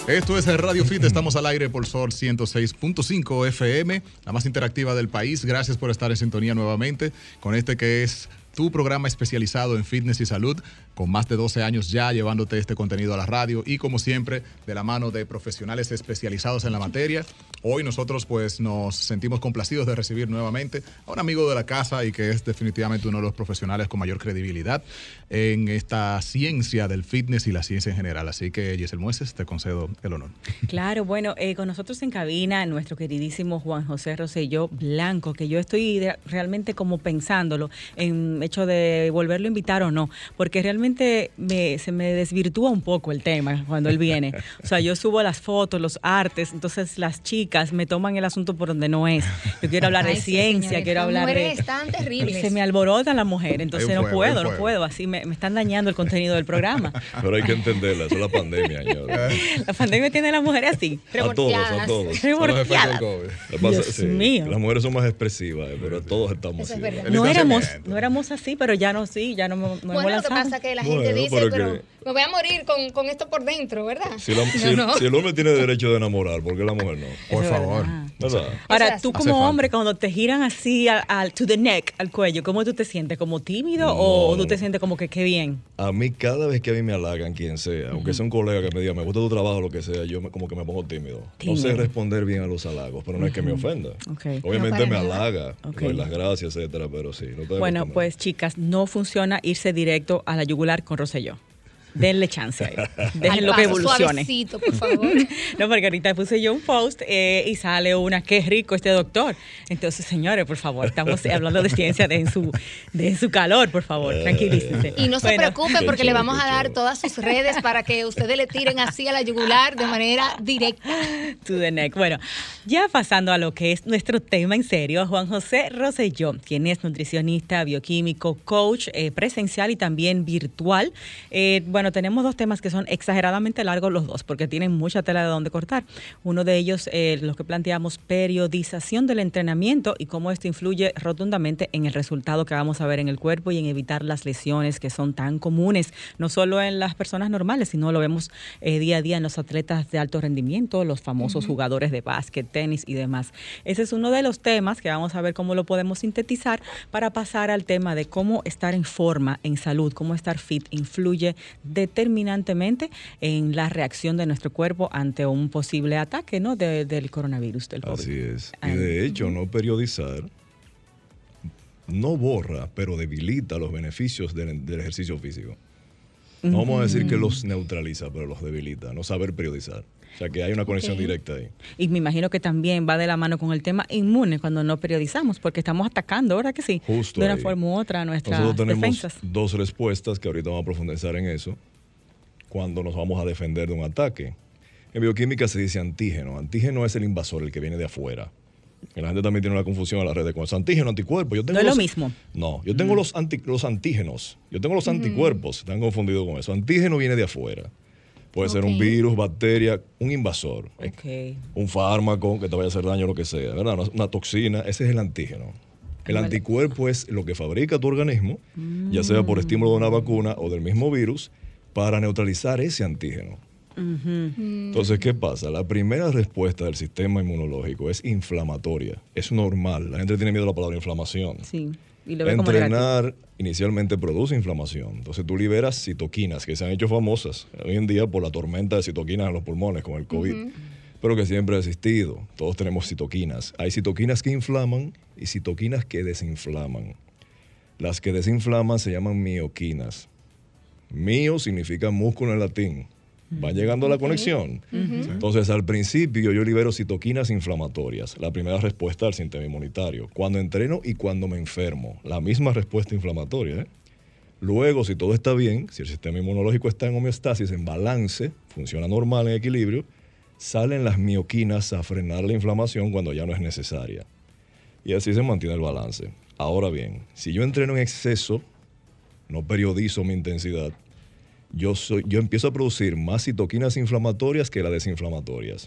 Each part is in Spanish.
Esto es Radio Fit, estamos al aire por Sol 106.5 FM, la más interactiva del país. Gracias por estar en sintonía nuevamente con este que es tu programa especializado en fitness y salud, con más de 12 años ya llevándote este contenido a la radio y como siempre de la mano de profesionales especializados en la materia. Hoy nosotros pues nos sentimos complacidos de recibir nuevamente a un amigo de la casa y que es definitivamente uno de los profesionales con mayor credibilidad en esta ciencia del fitness y la ciencia en general. Así que Giselle Mueces, te concedo el honor. Claro, bueno, con nosotros en cabina nuestro queridísimo Juan José Rosselló Blanco, que yo estoy realmente como pensándolo en hecho de volverlo a invitar o no, porque realmente se me desvirtúa un poco el tema cuando él viene. O sea, yo subo las fotos, los artes, entonces las chicas me toman el asunto por donde no es. Yo quiero hablar de ciencia, señores, quiero hablar de... están terribles. Se me alborotan las mujeres, entonces no puedo, así me están dañando el contenido del programa. Pero hay que entenderla, eso es la pandemia, señora. La pandemia tiene a las mujeres así. A todos. Revolteadas. Dios mío. Las mujeres son más expresivas, pero todos estamos así. No éramos así, pero ya no hemos bueno, lo que pasa es que la gente dice, pero me voy a morir con esto por dentro, ¿verdad? Si el hombre tiene derecho de enamorar, ¿por qué la mujer no? Por favor. ¿Verdad? Ahora, tú como hombre, cuando te giran así to the neck, al cuello, ¿cómo tú te sientes? ¿Como tímido o tú te sientes como que qué bien? A mí, cada vez que a mí me halagan, quien sea, aunque sea un colega que me diga, me gusta tu trabajo, lo que sea, yo como que me pongo tímido. No sé responder bien a los halagos, pero no es que me ofenda. Obviamente me halaga, doy las gracias, etcétera, pero sí. Bueno, pues chicas, no funciona irse directo a la yugular con Rosselló. Denle chance ahí. Déjenlo que evolucione. Suavecito, por favor. No, porque ahorita puse yo un post y sale una, qué rico este doctor. Entonces, señores, por favor, estamos hablando de ciencia de su calor, por favor, tranquilícense. Y no se preocupen porque le vamos a dar todas sus redes para que ustedes le tiren así a la yugular de manera directa. To the neck. Bueno, ya pasando a lo que es nuestro tema en serio, Juan José Rosselló, quien es nutricionista, bioquímico, coach presencial y también virtual. Bueno, tenemos dos temas que son exageradamente largos los dos, porque tienen mucha tela de donde cortar. Uno de ellos, los que planteamos, periodización del entrenamiento y cómo esto influye rotundamente en el resultado que vamos a ver en el cuerpo y en evitar las lesiones que son tan comunes, no solo en las personas normales, sino lo vemos día a día en los atletas de alto rendimiento, los famosos jugadores de básquet, tenis y demás. Ese es uno de los temas que vamos a ver cómo lo podemos sintetizar para pasar al tema de cómo estar en forma, en salud, cómo estar fit influye determinantemente en la reacción de nuestro cuerpo ante un posible ataque, ¿no? del coronavirus, del COVID. Así es. Y de hecho, no periodizar no borra, pero debilita los beneficios del ejercicio físico. No vamos a decir que los neutraliza, pero los debilita. No saber periodizar. O sea, que hay una conexión directa ahí. Y me imagino que también va de la mano con el tema inmune cuando no periodizamos, porque estamos atacando, ¿verdad que sí? Justo de una ahí. forma u otra nuestras Nosotros tenemos defensas. dos respuestas que ahorita vamos a profundizar en eso cuando nos vamos a defender de un ataque. En bioquímica se dice antígeno. Antígeno es el invasor, el que viene de afuera. Y la gente también tiene una confusión a las redes con eso. Antígeno, anticuerpo. Yo tengo no es lo mismo. No, yo tengo los antígenos. Yo tengo los anticuerpos. Están confundidos con eso. Antígeno viene de afuera. Puede ser un virus, bacteria, un invasor. Un fármaco que te vaya a hacer daño, lo que sea, ¿verdad? Una toxina. Ese es el antígeno. El anticuerpo es lo que fabrica tu organismo, ya sea por estímulo de una vacuna o del mismo virus, para neutralizar ese antígeno. Entonces, ¿qué pasa? La primera respuesta del sistema inmunológico es inflamatoria. Es normal. La gente tiene miedo a la palabra inflamación. Sí. Y lo ve como Entrenar inicialmente produce inflamación. Entonces tú liberas citoquinas que se han hecho famosas hoy en día por la tormenta de citoquinas en los pulmones con el COVID, pero que siempre ha existido. Todos tenemos citoquinas. Hay citoquinas que inflaman y citoquinas que desinflaman. Las que desinflaman se llaman mioquinas. Mio significa músculo en latín. Va llegando a la conexión. Entonces, al principio yo libero citoquinas inflamatorias, la primera respuesta al sistema inmunitario. Cuando entreno y cuando me enfermo, la misma respuesta inflamatoria. Luego, si todo está bien, si el sistema inmunológico está en homeostasis, en balance, funciona normal, en equilibrio, salen las mioquinas a frenar la inflamación cuando ya no es necesaria. Y así se mantiene el balance. Ahora bien, si yo entreno en exceso, no periodizo mi intensidad, yo empiezo a producir más citoquinas inflamatorias que las desinflamatorias.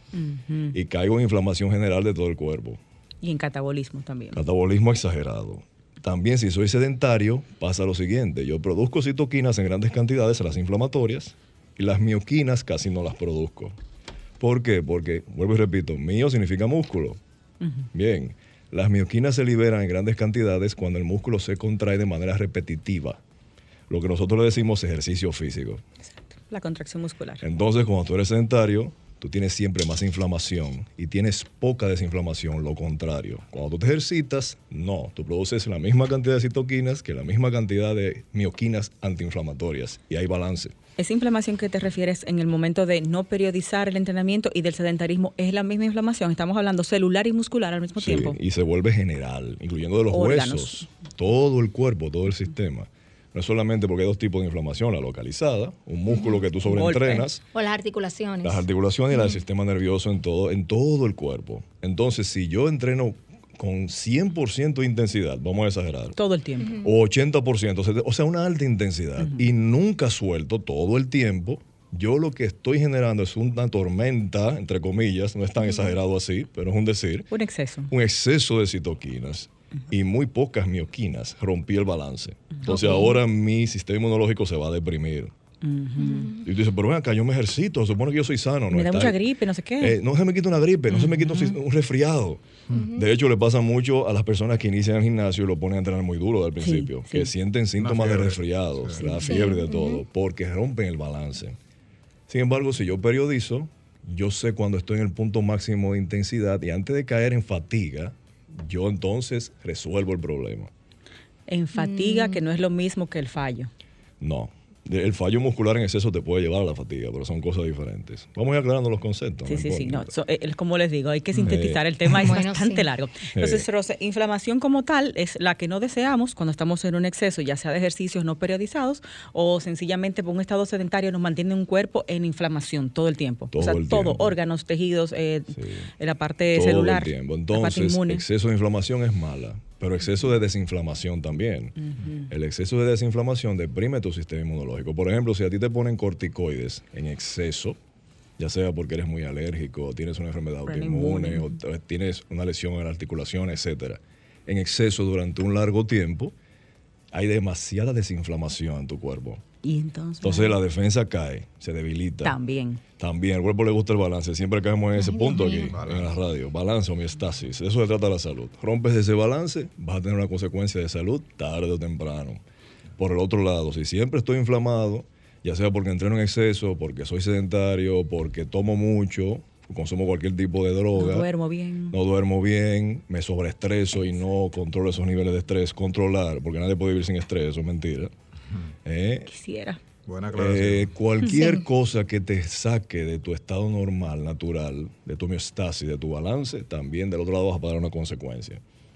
Y caigo en inflamación general de todo el cuerpo. Y en catabolismo también. Catabolismo exagerado. También, si soy sedentario, pasa lo siguiente. Yo produzco citoquinas en grandes cantidades, las inflamatorias, y las mioquinas casi no las produzco. ¿Por qué? Porque, vuelvo y repito, mio significa músculo. Bien, las mioquinas se liberan en grandes cantidades cuando el músculo se contrae de manera repetitiva. Lo que nosotros le decimos ejercicio físico. Exacto. La contracción muscular. Entonces, cuando tú eres sedentario, tú tienes siempre más inflamación y tienes poca desinflamación, lo contrario. Cuando tú te ejercitas, no, tú produces la misma cantidad de citoquinas que la misma cantidad de mioquinas antiinflamatorias y hay balance. Esa inflamación que te refieres en el momento de no periodizar el entrenamiento y del sedentarismo es la misma inflamación. Estamos hablando celular y muscular al mismo tiempo. Y se vuelve general, incluyendo de los órganos. huesos, todo el cuerpo, todo el sistema. No es solamente porque hay dos tipos de inflamación, la localizada, un músculo que tú sobreentrenas, O las articulaciones. las articulaciones y la del sistema nervioso en todo el cuerpo. Entonces, si yo entreno con 100% de intensidad, vamos a exagerar, Todo el tiempo. o 80%, o sea, una alta intensidad, y nunca suelto todo el tiempo, yo lo que estoy generando es una tormenta, entre comillas, no es tan exagerado así, pero es un decir, Un exceso. un exceso de citoquinas y muy pocas mioquinas. Rompí el balance. Entonces ahora mi sistema inmunológico se va a deprimir. Y tú dices, pero ven acá, yo me ejercito, se supone que yo soy sano. No Me da está mucha ahí. gripe, no sé qué. No se me quita una gripe, no se me quita un resfriado. De hecho, le pasa mucho a las personas que inician el gimnasio y lo ponen a entrenar muy duro al principio, sí. que sienten síntomas de fiebre. resfriado, la fiebre y de todo, porque rompen el balance. Sin embargo, si yo periodizo, yo sé cuando estoy en el punto máximo de intensidad y antes de caer en fatiga, yo entonces resuelvo el problema. En fatiga, que no es lo mismo que el fallo. No. El fallo muscular en exceso te puede llevar a la fatiga, pero son cosas diferentes. Vamos a ir aclarando los conceptos. Sí, ¿no? sí, sí. No, Porque- como les digo, hay que sintetizar el tema, es Bueno, bastante sí. largo. Entonces, Rose, inflamación como tal es la que no deseamos cuando estamos en un exceso, ya sea de ejercicios no periodizados o sencillamente por un estado sedentario nos mantiene un cuerpo en inflamación todo el tiempo. Todo o sea, el todo, tiempo. órganos, tejidos, la parte todo celular, el tiempo. la parte Entonces, inmune. exceso de inflamación es mala, pero exceso de desinflamación también. El exceso de desinflamación deprime tu sistema inmunológico. Por ejemplo, si a ti te ponen corticoides en exceso, ya sea porque eres muy alérgico, tienes una enfermedad autoinmune, o tienes una lesión en la articulación, etcétera, en exceso durante un largo tiempo, hay demasiada desinflamación en tu cuerpo. Y entonces La defensa cae, se debilita. también. También, al cuerpo le gusta el balance. Siempre caemos en ese punto aquí, en la radio. Balance, homeostasis. Eso se trata de la salud. Rompes ese balance, vas a tener una consecuencia de salud tarde o temprano. Por el otro lado, si siempre estoy inflamado, ya sea porque entreno en exceso, porque soy sedentario, porque tomo mucho, consumo cualquier tipo de droga. No duermo bien. Me sobreestreso y no controlo esos niveles de estrés. Controlar, porque nadie puede vivir sin estrés, eso es mentira. Quisiera. Buena aclaración. Cualquier cosa que te saque de tu estado normal, natural, de tu homeostasis, de tu balance, también del otro lado vas a pagar una consecuencia.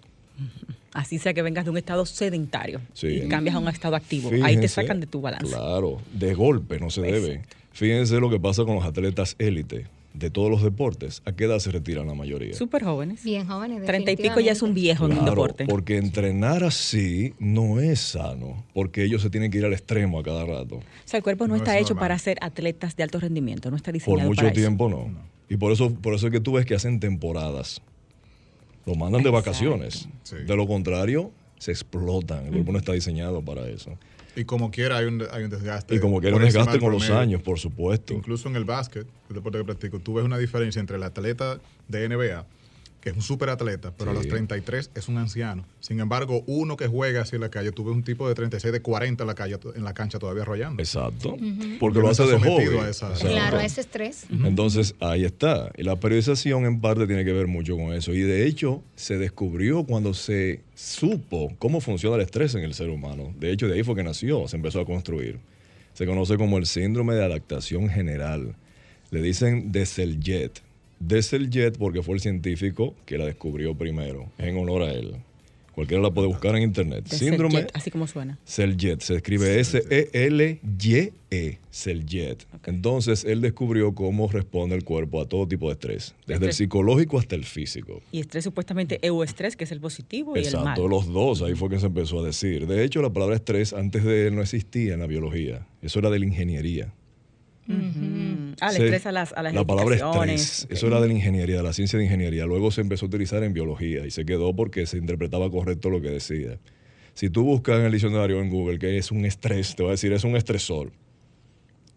Así sea que vengas de un estado sedentario Sí. y cambias a un estado activo. Ahí te Fíjense, sacan de tu balance. Claro, de golpe no se debe. Fíjense lo que pasa con los atletas élite de todos los deportes. ¿A qué edad se retiran la mayoría? Súper jóvenes. Bien jóvenes. 30 y pico ya es un viejo en el Claro, deporte. porque entrenar así no es sano, porque ellos se tienen que ir al extremo a cada rato. O sea, el cuerpo no, No está es hecho normal. para ser atletas de alto rendimiento, no está Por diseñado mucho para eso. tiempo no. Y por eso es que tú ves que hacen temporadas. Lo mandan de Exacto. vacaciones. Sí. De lo contrario, se explotan. El cuerpo no está diseñado para eso. Y como quiera hay un desgaste. Y como que era por un encima desgaste del con los promedio. años, por supuesto. Incluso en el básquet, el deporte que practico, tú ves una diferencia entre el atleta de NBA, que es un superatleta, pero a los 33 es un anciano. Sin embargo, uno que juega así en la calle, tú ves un tipo de 36, de 40 en la cancha todavía arrollando. Exacto. Porque Porque lo no hace está de sometido hobby. a esa- Exacto. Claro, a ese estrés. Entonces, ahí está. Y la periodización en parte tiene que ver mucho con eso. Y de hecho, se descubrió cuando se supo cómo funciona el estrés en el ser humano. De hecho, de ahí fue que nació, se empezó a construir. Se conoce como el síndrome de adaptación general. Le dicen Deseljet. Deseljet porque fue el científico que la descubrió primero, en honor a él. Cualquiera la puede buscar en internet. De Síndrome Seljet, así como suena. Seljet, se escribe S-E-L-Y-E, Seljet. Entonces, él descubrió cómo responde el cuerpo a todo tipo de estrés, desde el psicológico hasta el físico. Y estrés supuestamente euestrés, que es el positivo y el Exacto, mal. los dos, ahí fue que se empezó a decir. De hecho, la palabra estrés antes de él no existía en la biología, eso era de la ingeniería. El Se- estrés a las La palabra edificaciones. estrés, Ok. eso era de la ingeniería, de la ciencia de ingeniería. Luego se empezó a utilizar en biología y se quedó porque se interpretaba correcto lo que decía. Si tú buscas en el diccionario en Google qué es un estrés, te va a decir es un estresor.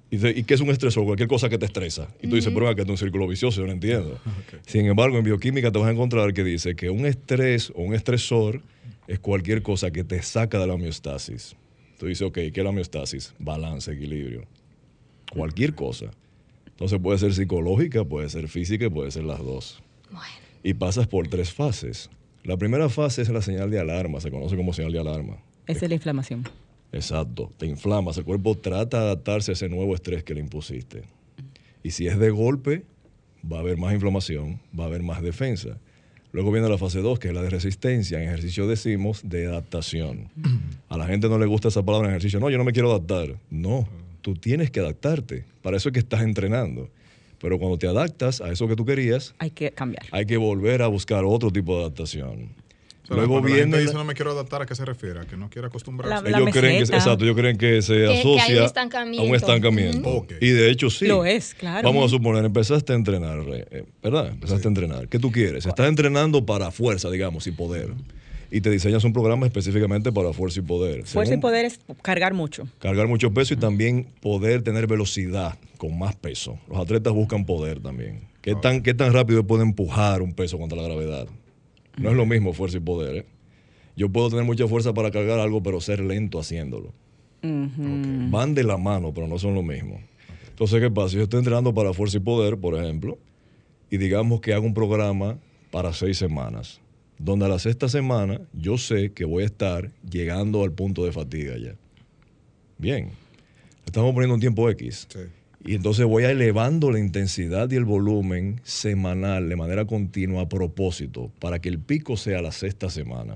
¿Y qué es un estresor? Cualquier cosa que te estresa. Y tú dices, pero acá es un círculo vicioso, yo no entiendo. Okay. Sin embargo, en bioquímica te vas a encontrar que dice que un estrés o un estresor es cualquier cosa que te saca de la homeostasis. Tú dices, ok, ¿qué es la homeostasis? Balance, equilibrio. Cualquier cosa. Entonces puede ser psicológica, puede ser física y puede ser las dos. Bueno. Y pasas por 3 fases. La primera fase es la señal de alarma, se conoce como señal de alarma. Esa es la inflamación. Exacto, te inflamas, el cuerpo trata de adaptarse a ese nuevo estrés que le impusiste. Y si es de golpe, va a haber más inflamación, va a haber más defensa. Luego viene la fase 2, que es la de resistencia. En ejercicio decimos de adaptación. A la gente no le gusta esa palabra en ejercicio. No, yo no me quiero adaptar. No, tú tienes que adaptarte. Para eso es que estás entrenando. Pero cuando te adaptas a eso que tú querías, hay que cambiar. Hay que volver a buscar otro tipo de adaptación. O sea, luego viene. La gente dice no me quiero adaptar, ¿a qué se refiere? ¿A que no quiere acostumbrarse? Ellos creen que se asocia hay un a un estancamiento. Okay. Y de hecho sí. Lo es, claro. Vamos a suponer, empezaste a entrenar, ¿verdad? Empezaste a entrenar. ¿Qué tú quieres? Estás entrenando para fuerza, digamos, y poder. Y te diseñas un programa específicamente para fuerza y poder. Fuerza y poder es cargar mucho. Cargar mucho peso y también poder tener velocidad con más peso. Los atletas buscan poder también. ¿Qué tan rápido puede empujar un peso contra la gravedad? No es lo mismo fuerza y poder, ¿eh? Yo puedo tener mucha fuerza para cargar algo, pero ser lento haciéndolo. Okay. Van de la mano, pero no son lo mismo. Entonces, ¿qué pasa? Yo estoy entrenando para fuerza y poder, por ejemplo, y digamos que hago un programa para 6 semanas, donde a la 6ª semana yo sé que voy a estar llegando al punto de fatiga ya. Bien. Estamos poniendo un tiempo X. Sí. Y entonces voy elevando la intensidad y el volumen semanal de manera continua a propósito para que el pico sea la 6ª semana.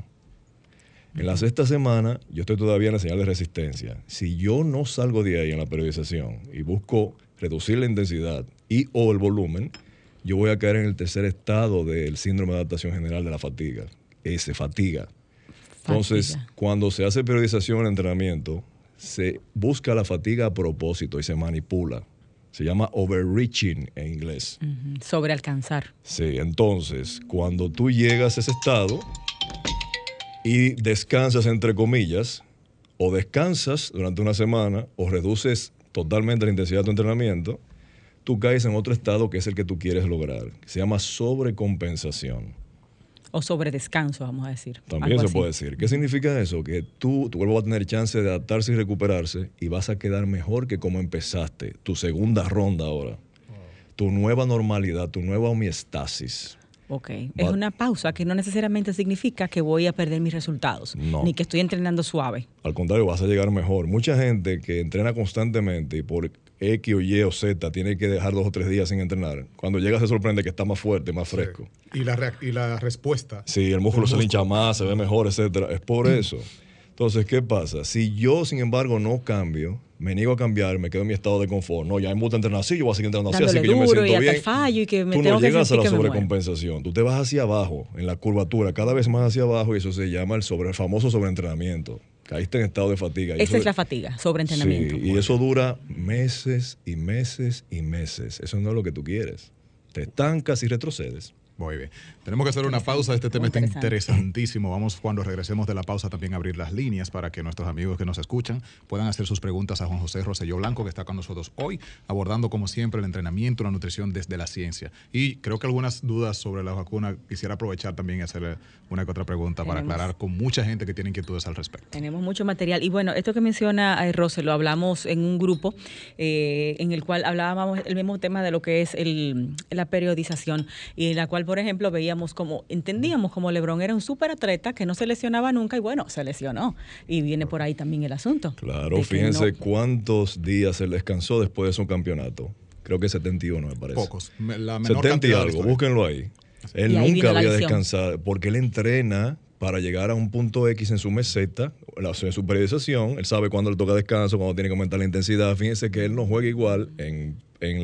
En la 6ª semana yo estoy todavía en la señal de resistencia. Si yo no salgo de ahí en la periodización y busco reducir la intensidad y o el volumen, yo voy a caer en el tercer estado del síndrome de adaptación general de la fatiga. Fatiga. Entonces, cuando se hace periodización en entrenamiento, se busca la fatiga a propósito y se manipula. Se llama overreaching en inglés. Sobrealcanzar. Sí, entonces, cuando tú llegas a ese estado y descansas, entre comillas, o descansas durante una semana o reduces totalmente la intensidad de tu entrenamiento, tú caes en otro estado que es el que tú quieres lograr. Se llama sobrecompensación. O sobredescanso, vamos a decir. También se puede decir. ¿Qué significa eso? Que tu cuerpo va a tener chance de adaptarse y recuperarse y vas a quedar mejor que como empezaste. Tu segunda ronda ahora. Tu nueva normalidad, tu nueva homeostasis. Ok. Es una pausa que no necesariamente significa que voy a perder mis resultados. No. Ni que estoy entrenando suave. Al contrario, vas a llegar mejor. Mucha gente que entrena constantemente y por X o Y o Z tiene que dejar 2 o 3 días sin entrenar. Cuando llega se sorprende que está más fuerte, más fresco. Sí. Y la respuesta. Sí, el músculo se le hincha más, se ve mejor, etcétera. Es por eso. Entonces, ¿qué pasa? Si yo, sin embargo, no cambio, me niego a cambiar, me quedo en mi estado de confort. No, ya me gusta entrenar así, yo voy a seguir entrenando así, así que yo me siento bien. Fallo y que me tú tengo no llegas que a la sobrecompensación. Tú te vas hacia abajo, en la curvatura, cada vez más hacia abajo, y eso se llama el famoso sobreentrenamiento. Caíste en estado de fatiga. Esa es la fatiga, sobreentrenamiento. Sí, y eso dura meses y meses y meses. Eso no es lo que tú quieres. Te estancas y retrocedes. Muy bien. Tenemos que hacer una pausa. Este tema está interesantísimo. Vamos, cuando regresemos de la pausa, también a abrir las líneas para que nuestros amigos que nos escuchan puedan hacer sus preguntas a Juan José Rosselló Blanco, que está con nosotros hoy, abordando, como siempre, el entrenamiento, la nutrición desde la ciencia. Y creo que algunas dudas sobre la vacuna quisiera aprovechar también y hacerle una que otra pregunta para aclarar con mucha gente que tiene inquietudes al respecto. Tenemos mucho material. Y bueno, esto que menciona Rose, lo hablamos en un grupo en el cual hablábamos el mismo tema de lo que es la periodización, y en la cual, por ejemplo, entendíamos como LeBron era un superatleta que no se lesionaba nunca, y bueno, se lesionó. Y viene por ahí también el asunto. Claro, fíjense cuántos días él descansó después de su campeonato. Creo que 71, me parece. Pocos. La menor 70 y algo, búsquenlo ahí. Él nunca había descansado, porque él entrena para llegar a un punto X en su meseta, en su periodización. Él sabe cuándo le toca descanso, cuándo tiene que aumentar la intensidad. Fíjense que él no juega igual en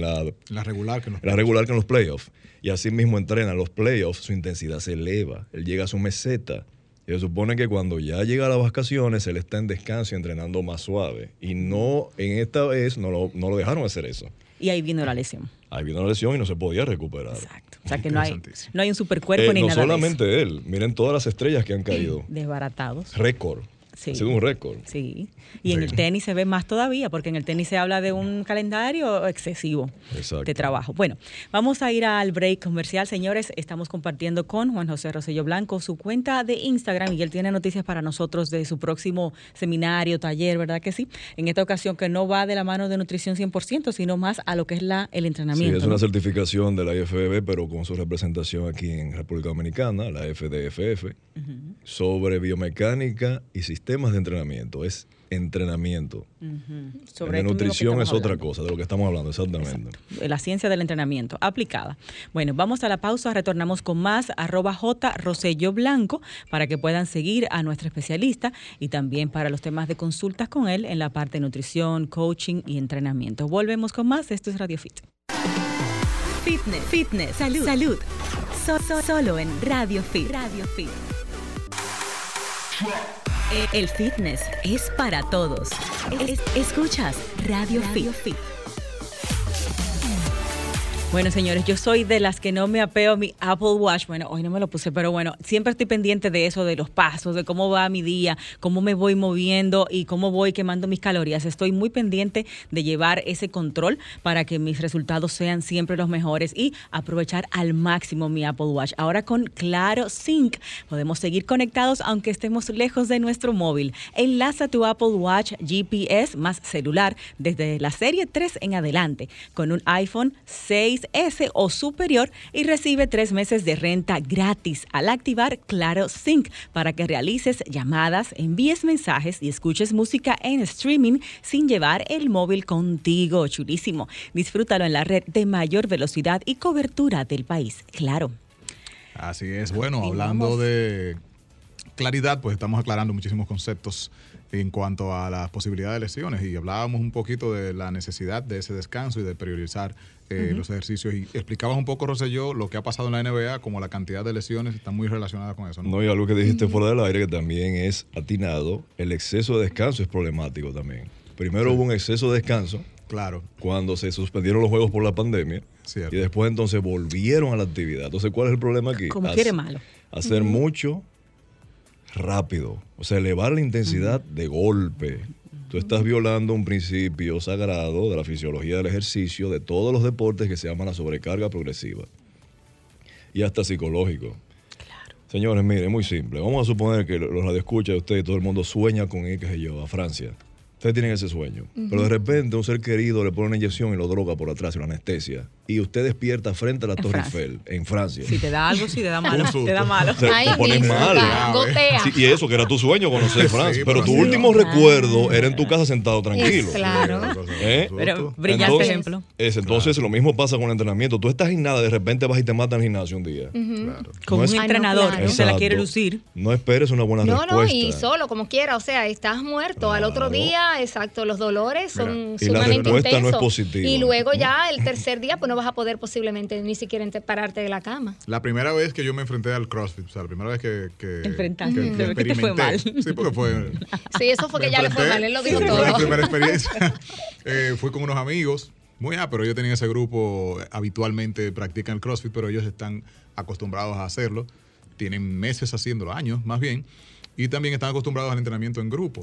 la regular que en los playoffs. Y así mismo entrena. En los playoffs su intensidad se eleva. Él llega a su meseta. Y se supone que cuando ya llega a las vacaciones, él está en descanso y entrenando más suave. Y no, en esta vez no lo dejaron hacer eso. Y ahí vino la lesión. Ahí vino la lesión y no se podía recuperar. Exacto. O sea que no hay un supercuerpo ni nada de eso. No solamente él. Miren todas las estrellas que han caído. Desbaratados. Récord. Sí. Ha sido un récord. Sí. Y en el tenis se ve más todavía, porque en el tenis se habla de un calendario excesivo de trabajo. Bueno, vamos a ir al break comercial, señores. Estamos compartiendo con Juan José Rosselló Blanco su cuenta de Instagram y él tiene noticias para nosotros de su próximo seminario, taller, ¿verdad que sí? En esta ocasión que no va de la mano de nutrición 100%, sino más a lo que es el entrenamiento. Sí, es una certificación de la IFBB, pero con su representación aquí en República Dominicana, la FDFF, sobre biomecánica y sistemas de entrenamiento. Es entrenamiento. Sobre de nutrición es otra cosa, de lo que estamos hablando, exactamente. Exacto. La ciencia del entrenamiento aplicada. Bueno, vamos a la pausa, retornamos con más @J Blanco para que puedan seguir a nuestro especialista y también para los temas de consultas con él en la parte de nutrición, coaching y entrenamiento. Volvemos con más. Esto es Radio Fit. Fitness, salud. Solo en Radio Fit. El fitness es para todos. Escuchas Radio Fit. Bueno, señores, yo soy de las que no me apeo a mi Apple Watch. Bueno, hoy no me lo puse, pero bueno, siempre estoy pendiente de eso, de los pasos, de cómo va mi día, cómo me voy moviendo y cómo voy quemando mis calorías. Estoy muy pendiente de llevar ese control para que mis resultados sean siempre los mejores y aprovechar al máximo mi Apple Watch. Ahora con Claro Sync podemos seguir conectados aunque estemos lejos de nuestro móvil. Enlaza tu Apple Watch GPS más celular desde la serie 3 en adelante con un iPhone 6S o superior y recibe 3 meses de renta gratis al activar Claro Sync para que realices llamadas, envíes mensajes y escuches música en streaming sin llevar el móvil contigo. Chulísimo. Disfrútalo en la red de mayor velocidad y cobertura del país. Claro. Así es. Bueno, hablando de claridad, pues estamos aclarando muchísimos conceptos en cuanto a las posibilidades de lesiones y hablábamos un poquito de la necesidad de ese descanso y de priorizar los ejercicios y explicabas un poco, Rosselló, lo que ha pasado en la NBA, como la cantidad de lesiones está muy relacionada con eso, ¿no? No, y algo que dijiste fuera del aire que también es atinado, el exceso de descanso es problemático también. Primero hubo un exceso de descanso. Claro. Cuando se suspendieron los juegos por la pandemia. Cierto. Y después entonces volvieron a la actividad. Entonces, ¿cuál es el problema aquí? Como quiere malo. Hacer mucho rápido. O sea, elevar la intensidad de golpe. Tú estás violando un principio sagrado de la fisiología del ejercicio, de todos los deportes que se llaman la sobrecarga progresiva. Y hasta psicológico. Claro. Señores, miren, es muy simple. Vamos a suponer que los radioescuchas de ustedes, todo el mundo sueña con ir, qué sé yo, a Francia. Ustedes tienen ese sueño. Pero de repente un ser querido le pone una inyección y lo droga por atrás, y lo anestesia. Y usted despierta frente a la Torre Eiffel, en Francia. Si te da algo, si te da malo. Te da malo. O sea, te pones mal. Gotea. Sí, y eso, que era tu sueño conocer Francia. Sí, pero tu sí, último recuerdo era en tu casa sentado tranquilo. Claro. Pero brillante Entonces, ejemplo. Entonces, lo mismo pasa con el entrenamiento. Tú estás en nada, de repente vas y te matan al gimnasio un día. Claro. Como un entrenador claro. que se la quiere Exacto. lucir. No esperes una buena respuesta. No, y solo, como quiera, o sea, estás muerto. Al otro día, exacto, los dolores son y la sumamente respuesta intensos. no es positiva. Y luego ya el tercer día, pues no vas a poder posiblemente ni siquiera pararte de la cama. La primera vez que yo me enfrenté al CrossFit, o sea, la primera vez que enfrentaste, que que te fue mal. Sí, porque fue... Sí, eso fue que ya le fue mal, él lo dijo sí, todo. fue la primera experiencia. Fui con unos amigos, pero ellos tenían ese grupo, habitualmente practican el CrossFit, pero ellos están acostumbrados a hacerlo, tienen meses haciéndolo, años más bien, y también están acostumbrados al entrenamiento en grupo.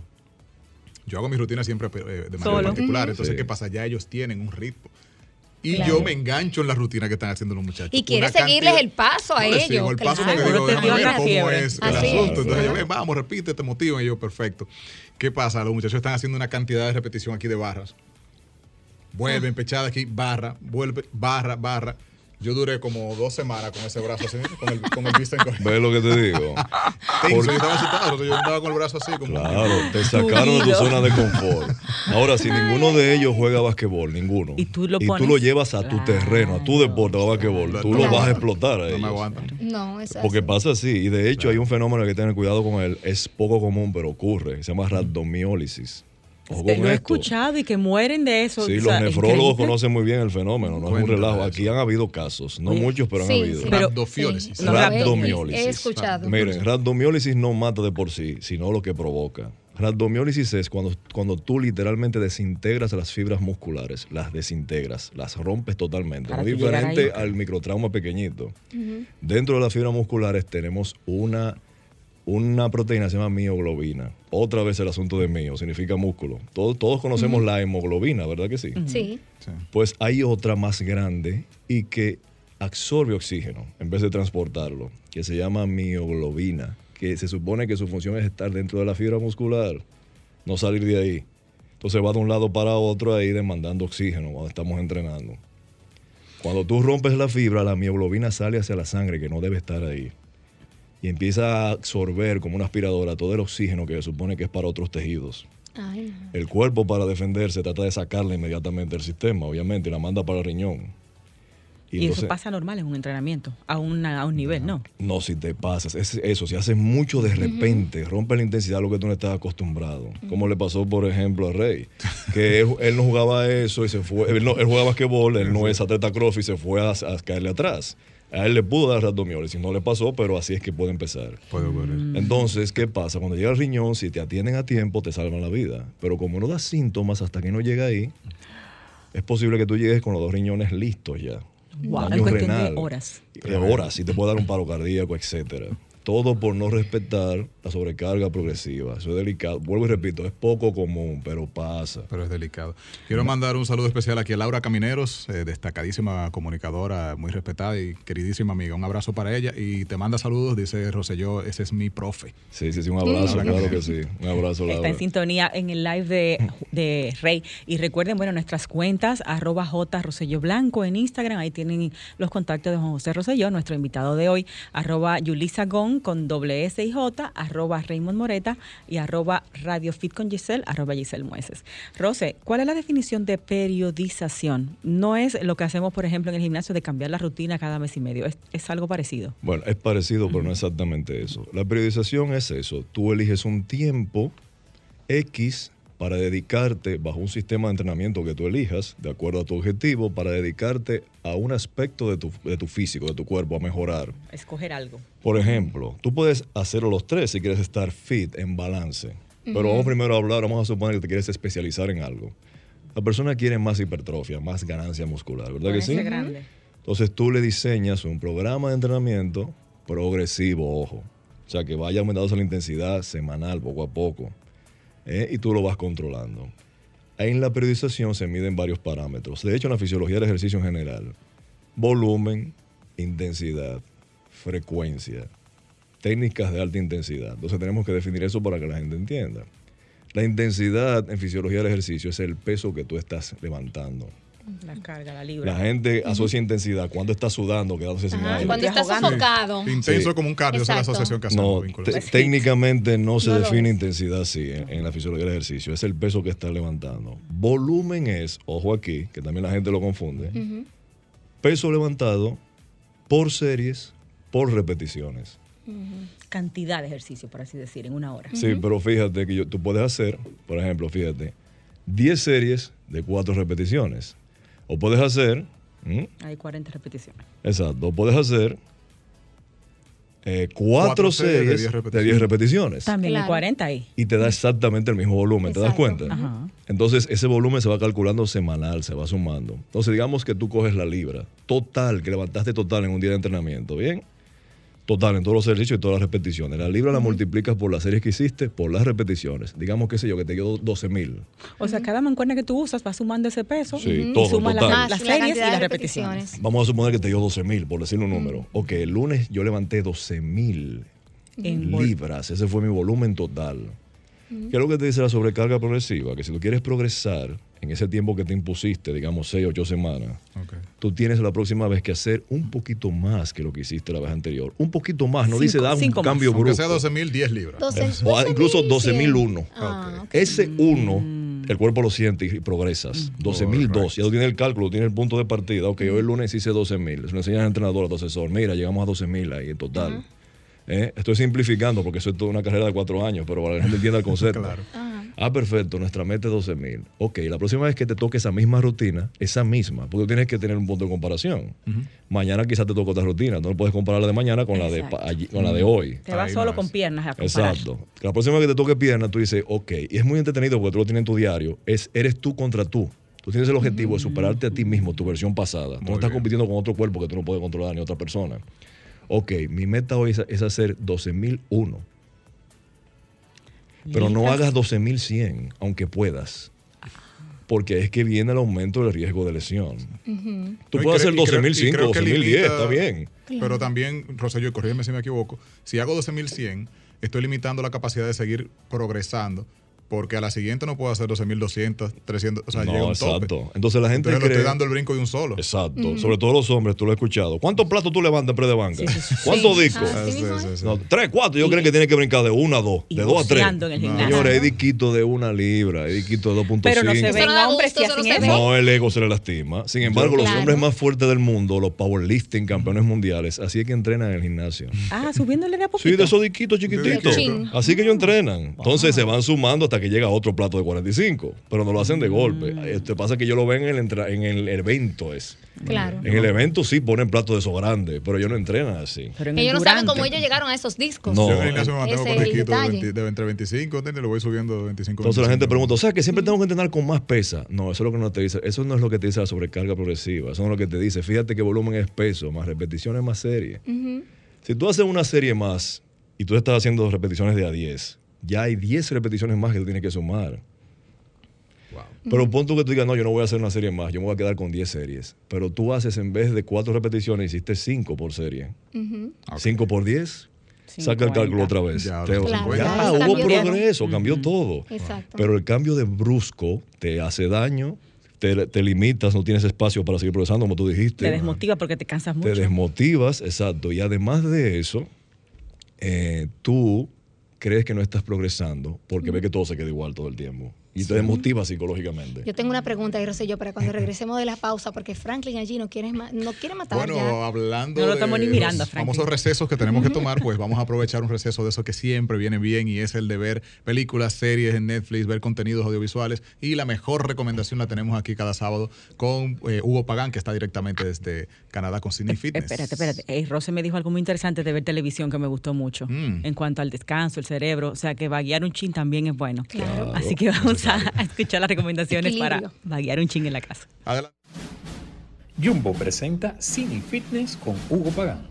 Yo hago mi rutina siempre de manera particular, entonces, ¿qué pasa? Ya ellos tienen un ritmo. Y yo me engancho en la rutina que están haciendo los muchachos. Y quieres seguirles el paso a ellos. El paso porque digo, déjame ver cómo es el asunto. Entonces yo, vamos, repite, te motivo. Y yo, perfecto. ¿Qué pasa? Los muchachos están haciendo una cantidad de repetición aquí de barras. Vuelven, pechada aquí, barra, vuelve, barra. Yo duré como 2 semanas con ese brazo así, con el bíceps encogido. ¿Ves lo que te digo? Yo estaba asustado, yo andaba con el brazo así. Como claro, te sacaron de tu zona de confort. Ahora, si ninguno de ellos juega basquetbol, ninguno, y tú lo llevas a tu terreno, a tu deporte, a basquetbol, tú lo vas a explotar a ellos. No me aguantan. No, es Porque pasa así. Y de hecho hay un fenómeno que hay que tener cuidado con él. Es poco común, pero ocurre. Se llama rhabdomiólisis. Lo he escuchado y que mueren de eso. Sí, los nefrólogos conocen muy bien el fenómeno, no es un relajo. Aquí han habido casos, no muchos, pero han habido. Rhabdomiólisis. Rhabdomiólisis. He escuchado. Miren, rhabdomiólisis no mata de por sí, sino lo que provoca. Rhabdomiólisis es cuando tú literalmente desintegras las fibras musculares, las desintegras, las rompes totalmente. Muy diferente al microtrauma pequeñito. Dentro de las fibras musculares tenemos una una proteína se llama mioglobina. Otra vez el asunto de mio, significa músculo. Todos conocemos la hemoglobina, ¿verdad que sí? Sí. Pues hay otra más grande y que absorbe oxígeno en vez de transportarlo, que se llama mioglobina, que se supone que su función es estar dentro de la fibra muscular, no salir de ahí. Entonces va de un lado para otro ahí demandando oxígeno cuando estamos entrenando. Cuando tú rompes la fibra, la mioglobina sale hacia la sangre, que no debe estar ahí, y empieza a absorber como una aspiradora todo el oxígeno que se supone que es para otros tejidos. Ay, no. El cuerpo, para defenderse, trata de sacarla inmediatamente del sistema, obviamente, y la manda para el riñón. Y entonces, eso pasa normal en un entrenamiento, a un nivel, ¿no? no, si te pasas, es eso, si haces mucho de repente, rompe la intensidad a lo que tú no estás acostumbrado. Como le pasó, por ejemplo, a Rey, que él no jugaba eso y se fue, él jugaba basquetbol, él no es atleta cross y se fue a caerle atrás. A él le pudo dar rhabdomyolis, no le pasó, pero así es que puede empezar. Puede ocurrir. Entonces, ¿qué pasa? Cuando llega al riñón, si te atienden a tiempo, te salvan la vida. Pero como no da síntomas hasta que no llega ahí, es posible que tú llegues con los 2 riñones listos ya. Wow, en Daño cuestión renal. de horas. Horas, y te puede dar un paro cardíaco, etcétera. Todo por no respetar la sobrecarga progresiva. Eso es delicado. Vuelvo y repito, es poco común, pero pasa. Pero es delicado. Quiero mandar un saludo especial aquí a Laura Camineros, destacadísima comunicadora, muy respetada y queridísima amiga. Un abrazo para ella y te manda saludos, dice Rosselló, ese es mi profe. Sí, un abrazo, claro que sí. Un abrazo, Laura. Está en sintonía en el live de Rey. Y recuerden, bueno, nuestras cuentas, @JRossellóBlanco en Instagram, ahí tienen los contactos de Juan José Rosselló, nuestro invitado de hoy, @Yulisa Gon con @SIJ, @Raymond Moreta y @RadioFit con Giselle, @Giselle Mueces. Rose, ¿cuál es la definición de periodización? No es lo que hacemos, por ejemplo, en el gimnasio de cambiar la rutina cada mes y medio, es algo parecido. Bueno, es parecido, pero no exactamente eso. La periodización es eso. Tú eliges un tiempo X para dedicarte, bajo un sistema de entrenamiento que tú elijas, de acuerdo a tu objetivo, para dedicarte a un aspecto de tu físico, de tu cuerpo, a mejorar. Escoger algo. Por ejemplo, tú puedes hacerlo los 3 si quieres estar fit, en balance. Pero vamos primero a hablar, vamos a suponer que te quieres especializar en algo. La persona quiere más hipertrofia, más ganancia muscular, ¿verdad que sí? Grande. Entonces tú le diseñas un programa de entrenamiento progresivo, ojo. O sea, que vaya aumentando la intensidad semanal, poco a poco. Y tú lo vas controlando. En la periodización se miden varios parámetros. De hecho, en la fisiología del ejercicio en general, volumen, intensidad, frecuencia, técnicas de alta intensidad. Entonces tenemos que definir eso para que la gente entienda. La intensidad en fisiología del ejercicio es el peso que tú estás levantando. La carga, la libra. La gente asocia intensidad cuando está sudando, quedándose sin aire. Cuando está sofocado. Intenso Sí. como un cardio, esa es la Exacto. asociación que hacemos. No, vínculos. técnicamente no se No lo define es. intensidad así en la fisiología del ejercicio. Es el peso que está levantando. Volumen es, ojo aquí, que también la gente lo confunde, peso levantado por series, por repeticiones. Cantidad de ejercicio, por así decir, en una hora. Sí, pero fíjate que tú puedes hacer, por ejemplo, fíjate, 10 series de 4 repeticiones. O puedes hacer, Hay 40 repeticiones. exacto, o puedes hacer 4 series de 10 repeticiones. También hay Claro. 40 ahí. Y te da exactamente el mismo volumen, ¿te das Exacto. cuenta? Ajá. Entonces, ese volumen se va calculando semanal, se va sumando. Entonces, digamos que tú coges la libra total, que levantaste total en un día de entrenamiento, ¿bien? Total, en todos los ejercicios y todas las repeticiones. La libra la multiplicas por las series que hiciste, por las repeticiones. Digamos, qué sé yo, que te dio 12,000. O sea, cada mancuerna que tú usas va sumando ese peso Sí, y todo, sumas total. las Más la series y cantidad de las repeticiones. Vamos a suponer que te dio 12,000, por decirle un número. Ok, el lunes yo levanté 12,000 libras. Ese fue mi volumen total. ¿Qué es lo que te dice la sobrecarga progresiva? Que si tú quieres progresar en ese tiempo que te impusiste, digamos 6 o 8 semanas, Ok. tú tienes la próxima vez que hacer un poquito más que lo que hiciste la vez anterior. Un poquito más, no dice da un 5 más. cambio Aunque brusco. sea 12,000, 10 libras. O incluso 12,001. Ah, ok. Ese 1, el cuerpo lo siente y progresas. 12,002. Ya tú tienes el cálculo, tienes el punto de partida. Ok, hoy el lunes hice 12,000. Se lo enseñas al entrenador, a tu asesor. Mira, llegamos a 12,000 ahí en total. Estoy simplificando porque eso es toda una carrera de 4 años, pero para que la gente entienda el concepto. Claro. Perfecto, nuestra meta es 12,000. Ok, la próxima vez que te toque esa misma rutina, esa misma, porque tú tienes que tener un punto de comparación. Mañana quizás te toque otra rutina, no puedes comparar la de mañana con la de, Exacto. con la de hoy. Te vas Ahí solo más. con piernas a comparar. Exacto. La próxima vez que te toque pierna, tú dices, ok, y es muy entretenido porque tú lo tienes en tu diario, eres tú contra tú. Tú tienes el objetivo de superarte a ti mismo, tu versión pasada. Tú no estás bien. compitiendo con otro cuerpo que tú no puedes controlar ni otra persona. Ok, mi meta hoy es hacer 12,001. Pero no hagas 12.100, aunque puedas. Porque es que viene el aumento del riesgo de lesión. Tú puedes hacer 12.005, 12.010, está bien. Pero también, Rosselló, corrígeme si me equivoco, si hago 12.100, estoy limitando la capacidad de seguir progresando. Porque a la siguiente no puedo hacer 12.200, 300, o sea, no, llega un exacto. tope. Entonces la gente Entonces cree... le estoy dando el brinco de un solo. Exacto. Sobre todo los hombres, tú lo has escuchado. ¿Cuántos platos tú levantas en pre de banca? ¿Cuántos discos? No, 3, 4. Yo creo que tiene que brincar de 1 a 2, de 2 a 3. Señores, hay disquitos de 1 libra, hay disquitos de 2.5. Pero no se ven hombres que hacen eso. No, el ego se le lastima. Sin embargo, los hombres más fuertes del mundo, los powerlifting, campeones mundiales, así es que entrenan en el gimnasio. Subiéndole de a poquito. Sí, de esos disquitos chiquititos. Así que ellos entrenan. Entonces se van sumando hasta que llega otro plato de 45. Pero no lo hacen de golpe. Te pasa que ellos lo ven en el evento. Claro. En el evento sí ponen platos de esos grandes, pero ellos no entrenan así. Ellos no saben cómo ellos llegaron a esos discos. No. Yo en el gimnasio me mantengo con disquitos de entre 25, ¿entiendes? Lo voy subiendo de 25. Entonces la gente pregunta, o sea, que siempre tengo que entrenar con más pesa. No, eso es lo que no te dice. Eso no es lo que te dice la sobrecarga progresiva. Eso no es lo que te dice. Fíjate que volumen es peso, más repeticiones más serie. Si tú haces una serie más y tú estás haciendo repeticiones de a 10, ya hay 10 repeticiones más que tú tienes que sumar. Pero pon tú que tú digas, no, yo no voy a hacer una serie más, yo me voy a quedar con 10 series. Pero tú haces, en vez de 4 repeticiones, hiciste 5 por serie. 5 por 10, 50. Saca el cálculo otra vez. Ya hubo progreso, cambió todo. Exacto. Pero el cambio de brusco te hace daño, te limitas, no tienes espacio para seguir progresando, como tú dijiste. Te desmotiva porque te cansas mucho. Te desmotivas, exacto. Y además de eso, tú crees que no estás progresando porque ves que todo se queda igual todo el tiempo. Y te desmotiva psicológicamente. Yo tengo una pregunta, y Rosselló, para cuando regresemos de la pausa, porque Franklin allí no quiere matar. Bueno, ya. hablando no lo estamos ni mirando, de los famosos recesos que tenemos que tomar, pues vamos a aprovechar un receso de eso que siempre viene bien, y es el de ver películas, series en Netflix, ver contenidos audiovisuales. Y la mejor recomendación la tenemos aquí cada sábado con Hugo Pagán, que está directamente desde Canadá con Cine Fitness. Espérate. Rose me dijo algo muy interesante de ver televisión que me gustó mucho en cuanto al descanso, el cerebro. O sea, que vaguear un chin también es bueno. Claro. Así que vamos a escuchar las recomendaciones para vaguear un chin en la casa. Adelante. Jumbo presenta Cine Fitness con Hugo Pagán.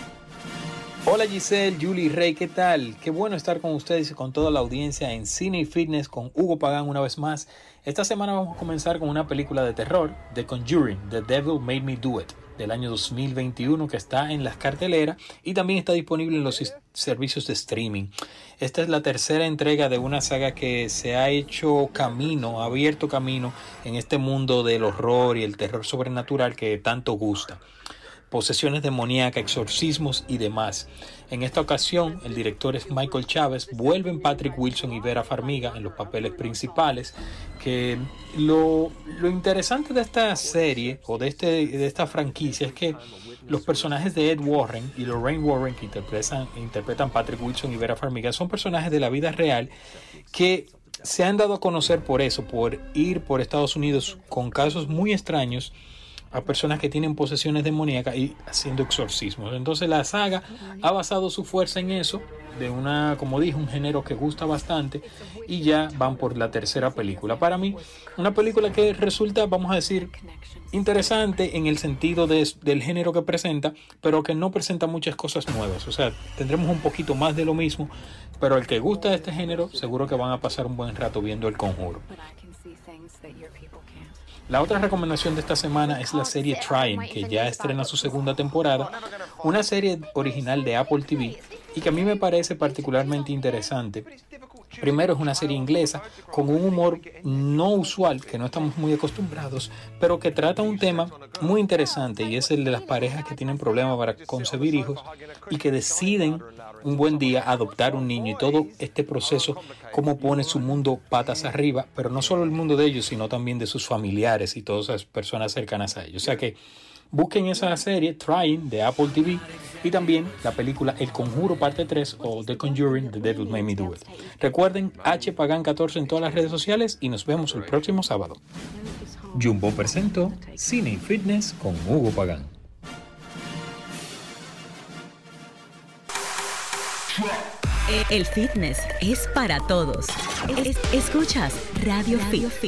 Hola Giselle, Julie y Rey, ¿qué tal? Qué bueno estar con ustedes y con toda la audiencia en Cine Fitness con Hugo Pagán una vez más. Esta semana vamos a comenzar con una película de terror, The Conjuring, The Devil Made Me Do It, del año 2021, que está en las carteleras y también está disponible en los servicios de streaming. Esta es la tercera entrega de una saga que se ha hecho camino, ha abierto camino en este mundo del horror y el terror sobrenatural que tanto gusta. Posesiones demoníacas, exorcismos y demás. En esta ocasión, el director es Michael Chávez, vuelven Patrick Wilson y Vera Farmiga en los papeles principales. Que lo interesante de esta serie o de esta franquicia es que los personajes de Ed Warren y Lorraine Warren, que interpretan Patrick Wilson y Vera Farmiga, son personajes de la vida real que se han dado a conocer por eso, por ir por Estados Unidos con casos muy extraños a personas que tienen posesiones demoníacas y haciendo exorcismos. Entonces la saga ha basado su fuerza en eso, de como dije, un género que gusta bastante, y ya van por la tercera película. Para mí, una película que resulta, vamos a decir, interesante en el sentido del género que presenta, pero que no presenta muchas cosas nuevas. O sea, tendremos un poquito más de lo mismo, pero el que gusta de este género, seguro que van a pasar un buen rato viendo El Conjuro. La otra recomendación de esta semana es la serie Trying, que ya estrena su segunda temporada, una serie original de Apple TV y que a mí me parece particularmente interesante. Primero, es una serie inglesa con un humor no usual, que no estamos muy acostumbrados, pero que trata un tema muy interesante, y es el de las parejas que tienen problemas para concebir hijos y que deciden un buen día adoptar un niño, y todo este proceso, cómo pone su mundo patas arriba, pero no solo el mundo de ellos, sino también de sus familiares y todas esas personas cercanas a ellos. O sea que busquen esa serie Trying de Apple TV y también la película El Conjuro parte 3 o The Conjuring, The Devil Made Me Do It. Recuerden HPagan14 en todas las redes sociales y nos vemos el próximo sábado. Jumbo presentó Cine y Fitness con Hugo Pagán. El fitness es para todos. Escuchas Radio Fit.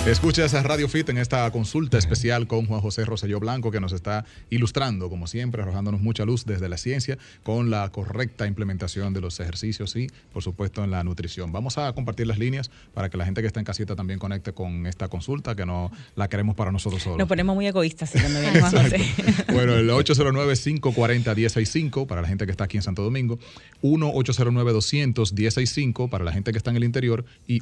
Escuchas a Radio Fit en esta consulta especial con Juan José Rosselló Blanco, que nos está ilustrando, como siempre, arrojándonos mucha luz desde la ciencia con la correcta implementación de los ejercicios y, por supuesto, en la nutrición. Vamos a compartir las líneas para que la gente que está en casita también conecte con esta consulta, que no la queremos para nosotros solos. Nos ponemos muy egoístas cuando viene Juan José. Bueno, el 809-540-1065 para la gente que está aquí en Santo Domingo, 1-809-200-1065 para la gente que está en el interior y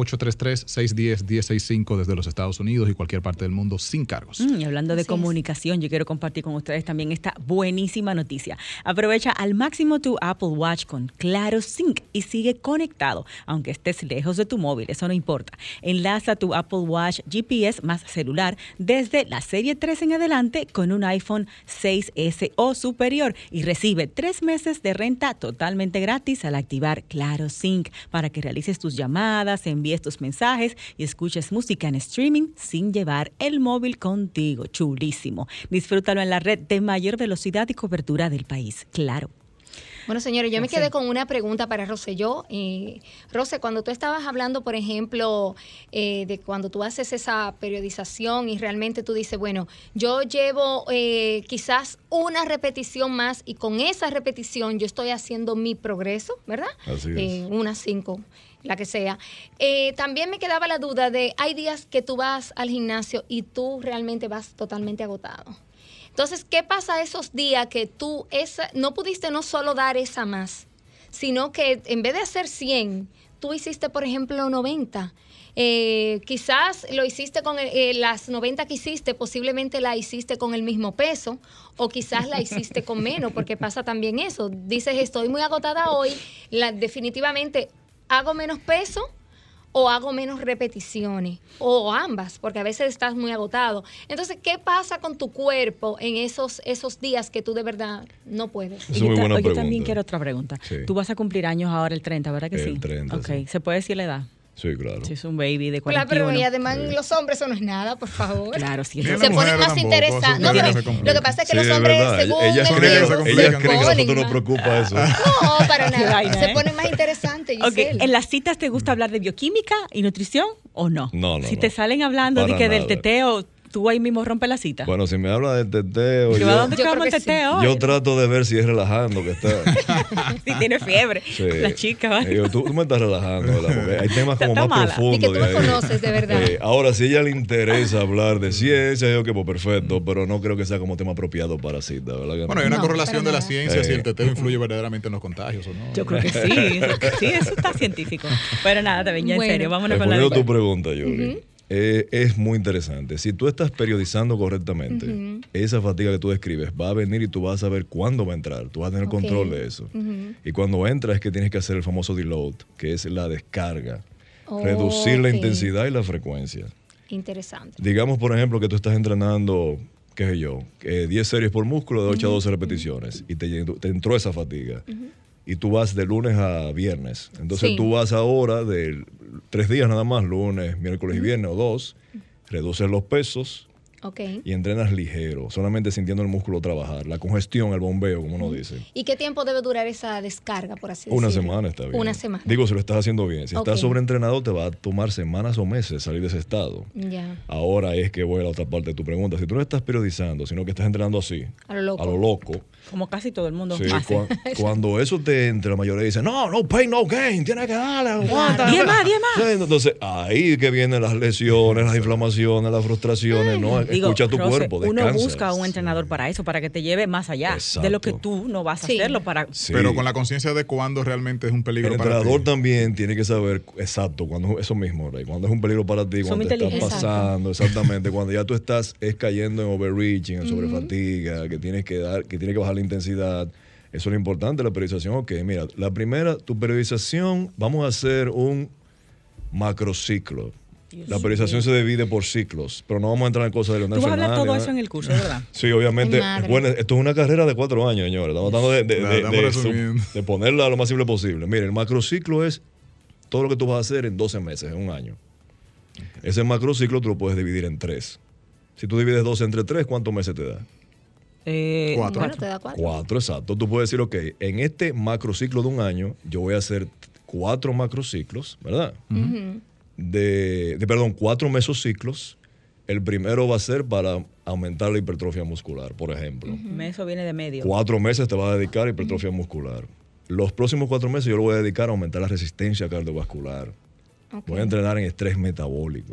1-833-610-1065 desde los Estados Unidos y cualquier parte del mundo sin cargos. Y hablando de comunicación, yo quiero compartir con ustedes también esta buenísima noticia. Aprovecha al máximo tu Apple Watch con Claro Sync y sigue conectado, aunque estés lejos de tu móvil, eso no importa. Enlaza tu Apple Watch GPS más celular desde la serie 3 en adelante con un iPhone 6S o superior y recibe 3 meses de renta totalmente gratis al activar Claro Sync para que realices tus llamadas, envíes tus mensajes y escuches música en streaming sin llevar el móvil contigo. Chulísimo. Disfrútalo en la red de mayor velocidad y cobertura del país. Claro. Bueno, señores, yo me quedé con una pregunta para Rosselló. Rose, cuando tú estabas hablando, por ejemplo, de cuando tú haces esa periodización y realmente tú dices, bueno, yo llevo quizás una repetición más y con esa repetición yo estoy haciendo mi progreso, ¿verdad? Así es. Unas 5. La que sea. También me quedaba la duda de, hay días que tú vas al gimnasio y tú realmente vas totalmente agotado. Entonces, ¿qué pasa esos días que tú no pudiste no solo dar esa más, sino que en vez de hacer 100, tú hiciste, por ejemplo, 90? Quizás lo hiciste con las 90 que hiciste, posiblemente la hiciste con el mismo peso, o quizás la hiciste con menos, porque pasa también eso. Dices, estoy muy agotada hoy, definitivamente hago menos peso o hago menos repeticiones, o ambas, porque a veces estás muy agotado. Entonces, ¿qué pasa con tu cuerpo en esos días que tú de verdad no puedes? Es muy buena pregunta. Yo también quiero otra pregunta. Sí. Tú vas a cumplir años ahora el 30, ¿verdad que sí? El 30, Ok, sí. ¿se puede decir la edad? Sí, claro. Si es un baby de 41. Claro, pero y además los hombres eso no es nada, por favor. Claro, sí. Ni Eso la Se mujer ponen más tampoco, interesantes. eso No, se complica. lo que pasa es que Sí, los es hombres, verdad. según Ellas el creen tiempo, que se a nosotros ponen nos más. preocupa eso. No, para Qué nada. vaina, Se ponen más interesantes, Ok, Giselle. ¿en las citas te gusta hablar de bioquímica y nutrición o no? No. Si te salen hablando de Para que del nada. teteo, tú ahí mismo rompes la cita. Bueno, si me habla del teteo, ¿A dónde Yo vamos creo el que sí. teteo? yo trato de ver si es relajando que está. Si tiene fiebre. Sí. La chica, ¿vale? Digo, tú me estás relajando, ¿verdad? Porque hay temas como Está más mala. profundos. Y que tú me ahí. conoces, de verdad. Ahora, si a ella le interesa hablar de ciencia, yo que pues perfecto, pero no creo que sea como tema apropiado para cita, ¿verdad? que no? Bueno, hay una No, correlación para de la nada. ciencia si el teteo influye verdaderamente en los contagios o no. Yo creo que sí, eso está científico. Pero nada, también ya en Bueno. serio, vámonos con la Respondiendo vida. tu pregunta, Yuri. Es muy interesante. Si tú estás periodizando correctamente, esa fatiga que tú describes va a venir y tú vas a saber cuándo va a entrar. Tú vas a tener control de eso. Y cuando entra es que tienes que hacer el famoso deload, que es la descarga. Reducir la Ok. intensidad y la frecuencia. Interesante. Digamos, por ejemplo, que tú estás entrenando, qué sé yo, 10 series por músculo de 8 a 12 repeticiones y te entró esa fatiga. Y tú vas de lunes a viernes. Entonces Sí. tú vas ahora de 3 días nada más, lunes, miércoles y viernes o 2, reduces los pesos Ok. y entrenas ligero, solamente sintiendo el músculo trabajar. La congestión, el bombeo, como uno dice. ¿Y qué tiempo debe durar esa descarga, por así decirlo? Una semana está bien. Una semana. Digo, si lo estás haciendo bien. Si Ok. estás sobreentrenado, te va a tomar semanas o meses salir de ese estado. Ya. Ahora es que voy a la otra parte de tu pregunta. Si tú no estás periodizando, sino que estás entrenando así, A lo loco. loco, Como casi todo el mundo sí, hace. cuando eso te entre, la mayoría dice, no pain, no gain, tienes que darle, aguanta. 10 más. Sí, entonces, ahí que vienen las lesiones, las inflamaciones, las frustraciones, ¿no? Digo, Escucha tu Rose, cuerpo, uno descansa. busca un entrenador para eso, para que te lleve más allá de lo que Exacto. tú no vas a Sí. hacerlo para... Sí. Pero con la conciencia de cuándo realmente es un peligro El para ti. entrenador también tiene que saber, exacto, cuando eso mismo, Rey, cuando es un peligro para ti, Son cuando te estás inteligentes. pasando, exactamente, cuando ya tú estás cayendo en overreaching, en sobrefatiga, que tienes que bajar la intensidad. Eso es lo importante, la periodización. Ok, mira, la primera, tu periodización, vamos a hacer un macrociclo. La periodización se divide por ciclos, pero no vamos a entrar en cosas de Leonel Tú vas a hablar Fernández, todo ¿no? eso en el curso, ¿verdad? Sí, obviamente. Ay, madre. Bueno, esto es una carrera de 4 años, señores. Estamos tratando Estamos resumiendo. de ponerla lo más simple posible. Mire, el macrociclo es todo lo que tú vas a hacer en 12 meses, en un año. Ese macrociclo tú lo puedes dividir en 3. Si tú divides 12 entre 3, ¿cuántos meses te da? 4. Bueno, te da 4. 4, exacto. Tú puedes decir, ok, en este macrociclo de un año, yo voy a hacer 4 macrociclos, ¿verdad? perdón, 4 mesociclos. El primero va a ser para aumentar la hipertrofia muscular, por ejemplo. Eso viene de medio. 4 meses te vas a dedicar a hipertrofia muscular. Los próximos 4 meses yo lo voy a dedicar a aumentar la resistencia cardiovascular. Voy a entrenar en estrés metabólico.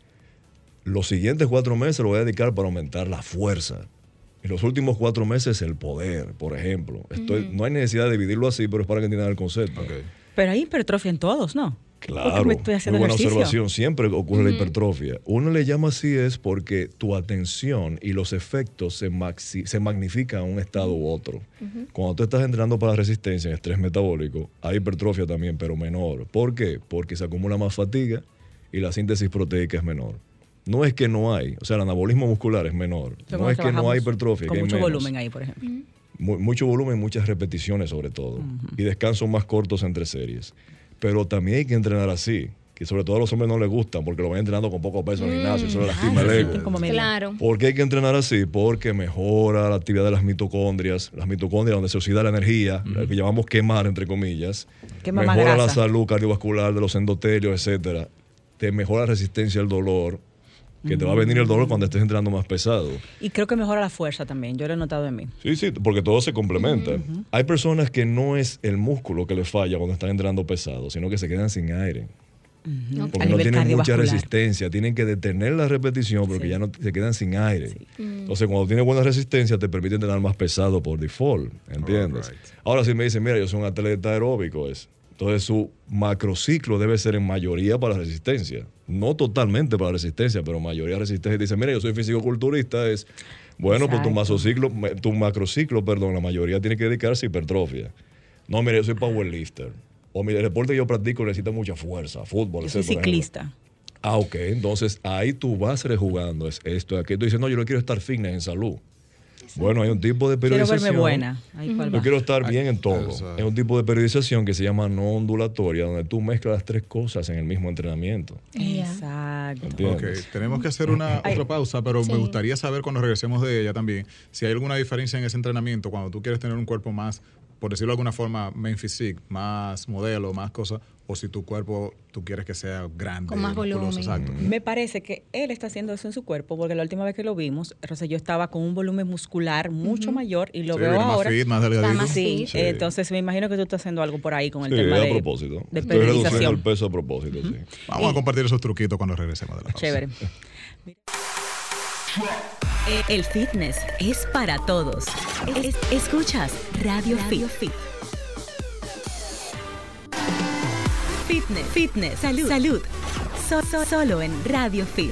Los siguientes 4 meses lo voy a dedicar para aumentar la fuerza. Y los últimos 4 meses el poder, por ejemplo. No hay necesidad de dividirlo así, pero es para que entiendan el concepto. Okay. Pero hay hipertrofia en todos, ¿no? Claro, muy buena observación. Siempre ocurre la hipertrofia. Uno le llama así es porque tu atención y los efectos se magnifican a un estado u otro. Cuando tú estás entrenando para resistencia en estrés metabólico, hay hipertrofia también, pero menor. ¿Por qué? Porque se acumula más fatiga y la síntesis proteica es menor. No es que no hay, o sea, el anabolismo muscular es menor. No es que no hay hipertrofia, con que hay mucho menos. volumen ahí, por ejemplo. Mucho volumen, muchas repeticiones sobre todo. Y descansos más cortos entre series. Pero también hay que entrenar así, que sobre todo a los hombres no les gustan porque lo van entrenando con poco peso en el gimnasio, eso le lastima el ego. Claro. ¿Por qué hay que entrenar así? Porque mejora la actividad de las mitocondrias donde se oxida la energía, lo que llamamos quemar, entre comillas. Mejora la salud cardiovascular de los endotelios, etcétera. Te mejora la resistencia al dolor, que te va a venir el dolor cuando estés entrenando más pesado. Y creo que mejora la fuerza también, yo lo he notado en mí. Sí, porque todo se complementa. Hay personas que no es el músculo que les falla cuando están entrenando pesado, sino que se quedan sin aire. Porque no tienen mucha resistencia, tienen que detener la repetición porque ya no se quedan sin aire. Entonces, cuando tienes buena resistencia, te permite entrenar más pesado por default, ¿entiendes? Ahora, si me dicen, mira, yo soy un atleta aeróbico, entonces su macrociclo debe ser en mayoría para resistencia. No totalmente para resistencia, pero mayoría resistencia. Dice, mira, yo soy fisicoculturista, bueno, pues tu macrociclo, la mayoría tiene que dedicarse a hipertrofia. No, mira, yo soy powerlifter. O mira, el deporte que yo practico necesita mucha fuerza, fútbol, yo soy ciclista. Ok, entonces ahí tú vas rejugando esto. Aquí tú dices, no, yo no quiero estar fitness en salud. Bueno, hay un tipo de periodización. Quiero verme buena. Yo quiero estar bien en todo. Es un tipo de periodización que se llama no ondulatoria, donde tú mezclas las 3 cosas en el mismo entrenamiento. Exacto. Okay. Tenemos que hacer otra pausa, pero me gustaría saber cuando regresemos de ella también, si hay alguna diferencia en ese entrenamiento, cuando tú quieres tener un cuerpo más, por decirlo de alguna forma, main physique, más modelo, más cosas, o si tu cuerpo tú quieres que sea grande, con más volumen. Exacto. Me parece que él está haciendo eso en su cuerpo, porque la última vez que lo vimos, Rosselló estaba con un volumen muscular mucho mayor y lo veo ahora. Más delgadito. Más fit. Sí. Entonces me imagino que tú estás haciendo algo por ahí con el tema a propósito. de Estoy reduciendo periodización. el peso a propósito, sí. Vamos a compartir esos truquitos cuando regresemos de la pausa. Chévere. El fitness es para todos. Escuchas Radio Fit. Fitness, salud. Solo en Radio Fit.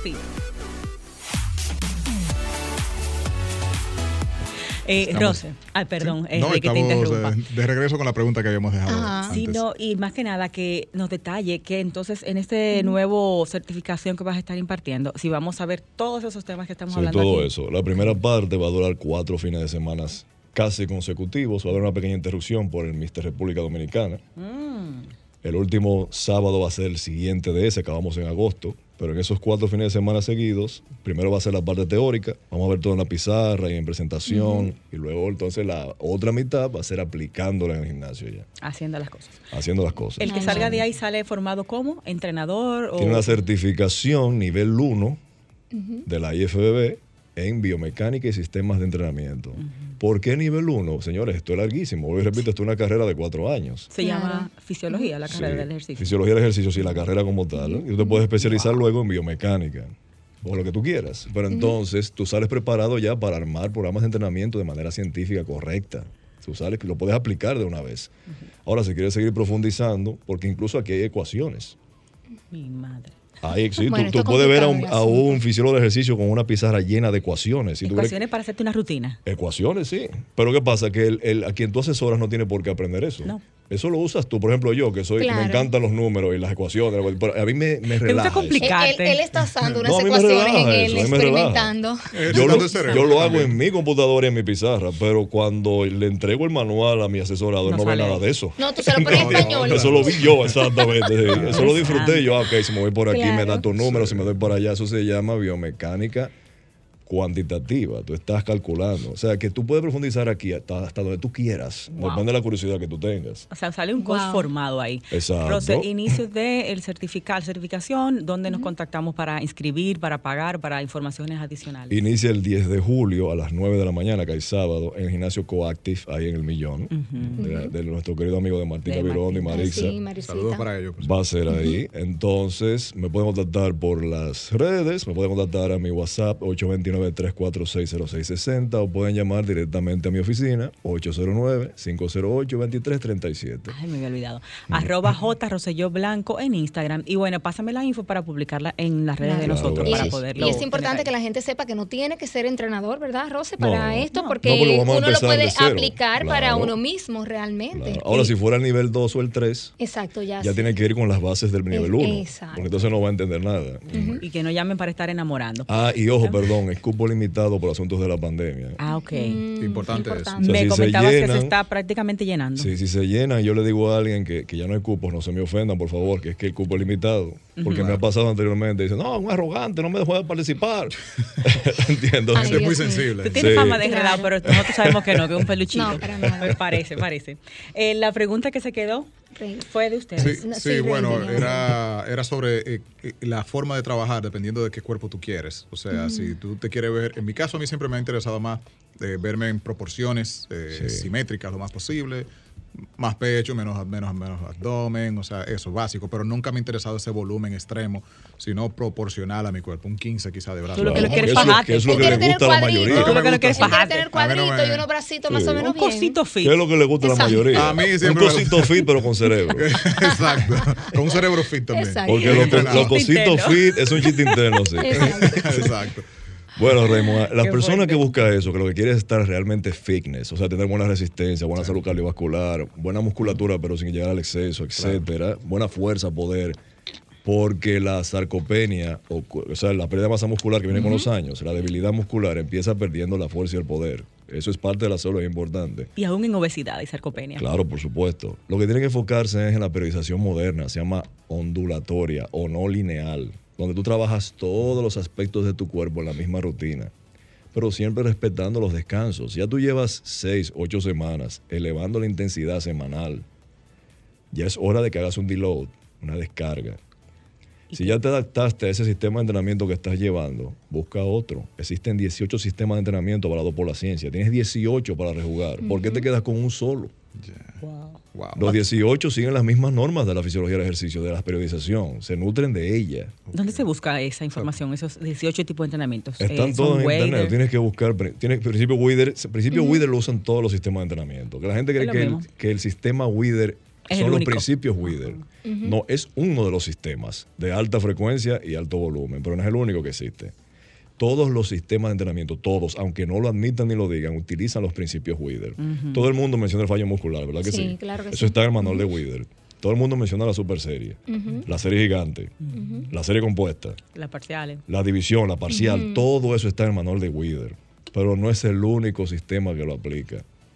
Rose, perdón, No, que te interrumpa. De regreso con la pregunta que habíamos dejado antes. Sí, no, y más que nada que nos detalle que entonces en este nuevo certificación que vas a estar impartiendo, si vamos a ver todos esos temas que estamos hablando todo aquí. eso. La primera parte va a durar 4 fines de semana casi consecutivos. Va a haber una pequeña interrupción por el Mister República Dominicana. El último sábado va a ser el siguiente de ese, acabamos en agosto. Pero en esos 4 fines de semana seguidos, primero va a ser la parte teórica, vamos a ver todo en la pizarra y en presentación, y luego entonces la otra mitad va a ser aplicándola en el gimnasio ya. Haciendo las cosas. Haciendo las cosas. El que salga de ahí sale formado como entrenador. Tiene una certificación nivel 1 de la IFBB en biomecánica y sistemas de entrenamiento. ¿Por qué nivel 1? Señores, esto es larguísimo. Hoy repito, esto es una carrera de 4 años. Se llama fisiología, la carrera del ejercicio. Fisiología del ejercicio, sí, la carrera como tal. Y tú te puedes especializar luego en biomecánica, o lo que tú quieras. Pero entonces tú sales preparado ya para armar programas de entrenamiento de manera científica correcta. Tú sales, lo puedes aplicar de una vez. Ahora, si quieres seguir profundizando, porque incluso aquí hay ecuaciones. Mi madre. Ahí, sí, bueno, tú puedes ver a un fisiólogo de ejercicio con una pizarra llena de ecuaciones. ¿Ecuaciones para hacerte una rutina? Ecuaciones, sí. Pero ¿qué pasa? Que a quien tú asesoras no tiene por qué aprender eso. No. Eso lo usas tú. Por ejemplo, yo, que me encantan los números y las ecuaciones. A mí me relaja. ¿Te gusta complicarte? Él está usando unas ecuaciones en él, experimentando. Yo lo hago en mi computadora y en mi pizarra, pero cuando le entrego el manual a mi asesorador, no ve nada de eso. No, tú se lo pones en español. Eso lo vi yo, exactamente. Sí. Eso lo disfruté yo. Ok, si me voy por aquí, me da tu número. Si me doy por allá, eso se llama biomecánica cuantitativa, tú estás calculando. O sea, que tú puedes profundizar aquí hasta donde tú quieras, depende de la curiosidad que tú tengas. O sea, sale un coach formado ahí. Exacto. Rose, inicios de certificación, ¿dónde nos contactamos para inscribir, para pagar, para informaciones adicionales? Inicia el 10 de julio a las 9 de la mañana, que hay sábado, en el gimnasio Coactive, ahí en El Millón, de nuestro querido amigo de Martín Gavirón y Marixa. Sí, Saludos para ellos. Va a ser ahí. Entonces, me pueden contactar por las redes, me pueden contactar a mi WhatsApp 829-346-0660 o pueden llamar directamente a mi oficina 809-508-2337. Ay, me había olvidado. @JRosselló Blanco en Instagram. Y bueno, pásame la info para publicarla en las redes de nosotros Claro, para gracias. poderlo. Y es importante que tener ahí. la gente sepa que no tiene que ser entrenador, ¿verdad, Rose? Para esto, porque porque vamos a uno lo empezar puede de cero. aplicar para Claro. uno mismo realmente. Claro. Ahora, si fuera el nivel 2 o el 3, Exacto, ya tiene que ir con las bases del nivel 1, exacto. porque entonces no va a entender nada. Y que no llamen para estar enamorando. Y ojo, perdón, es cupo limitado por asuntos de la pandemia. Ok. Importante eso. O sea, Me si se comentabas que se llenan- está prácticamente llenando. Sí, si se llenan, yo le digo a alguien que ya no hay cupos, no se me ofendan, por favor, que es que el cupo es limitado. Porque me ha pasado anteriormente, dicen, no, un arrogante, no me dejó de participar. Entiendo. Ay, Este es muy Dios mío. sensible. Tú tienes Sí. fama de enredado, Claro. pero nosotros sabemos que no, que es un peluchito. No, para nada. Me parece. La pregunta que se quedó Rey. fue de ustedes. Sí, No, sí, sí, bueno, Rey, era sobre la forma de trabajar dependiendo de qué cuerpo tú quieres. O sea, si tú te quieres ver, en mi caso a mí siempre me ha interesado más verme en proporciones simétricas lo más posible, más pecho, menos abdomen, o sea, eso, básico, pero nunca me ha interesado ese volumen extremo, sino proporcional a mi cuerpo, un 15 quizá de brazo. Tú lo que Claro, quieres que fajarte. es lo Él que quiere le tener gusta a la cuadritos. mayoría. Tú lo que no quieres Él quiere fajarte. tener A mí no cuadritos me- y unos bracitos más o menos Un bien. cosito fit. ¿Qué es lo que le gusta a la Exacto. mayoría? A mí un siempre me- cosito fit, pero con cerebro. Exacto, con un cerebro fit también. Exacto. Porque Bien los entrenado. cositos interno. fit es un chiste interno, sí. Exacto. Exacto. Bueno, Raymond, las Qué personas fuerte. que buscan eso, que lo que quieren es estar realmente fitness, o sea, tener buena resistencia, buena salud cardiovascular, buena musculatura, pero sin llegar al exceso, etcétera, buena fuerza, poder, porque la sarcopenia, o sea, la pérdida de masa muscular que viene con los años, la debilidad muscular empieza perdiendo la fuerza y el poder. Eso es parte de la salud, es importante. Y aún en obesidad y sarcopenia. Claro, por supuesto. Lo que tiene que enfocarse es en la periodización moderna, se llama ondulatoria o no lineal, donde tú trabajas todos los aspectos de tu cuerpo en la misma rutina, pero siempre respetando los descansos. Ya tú llevas 6, 8 semanas elevando la intensidad semanal, ya es hora de que hagas un deload, una descarga. Si ya te adaptaste a ese sistema de entrenamiento que estás llevando, busca otro. Existen 18 sistemas de entrenamiento avalados por la ciencia. Tienes 18 para rejugar. ¿Por qué te quedas con un solo? Wow. Los 18 siguen las mismas normas de la fisiología del ejercicio, de la periodización. Se nutren de ella. ¿Dónde se busca esa información, esos 18 tipos de entrenamientos? Están ¿Son todos en Weider? internet. Tienes que buscar. Principio Weider lo usan todos los sistemas de entrenamiento. Que la gente cree Es lo que mismo. que el sistema Weider Es son el los único. principios Weider. No, es uno de los sistemas de alta frecuencia y alto volumen, pero no es el único que existe. Todos los sistemas de entrenamiento, todos, aunque no lo admitan ni lo digan, utilizan los principios Weider. Todo el mundo menciona el fallo muscular, ¿verdad que sí? Sí, claro que Eso sí. está en el manual de Weider. Todo el mundo menciona la super serie, la serie gigante, la serie compuesta, Las parciales. la división, la parcial, todo eso está en el manual de Weider. Pero no es el único sistema que lo aplica.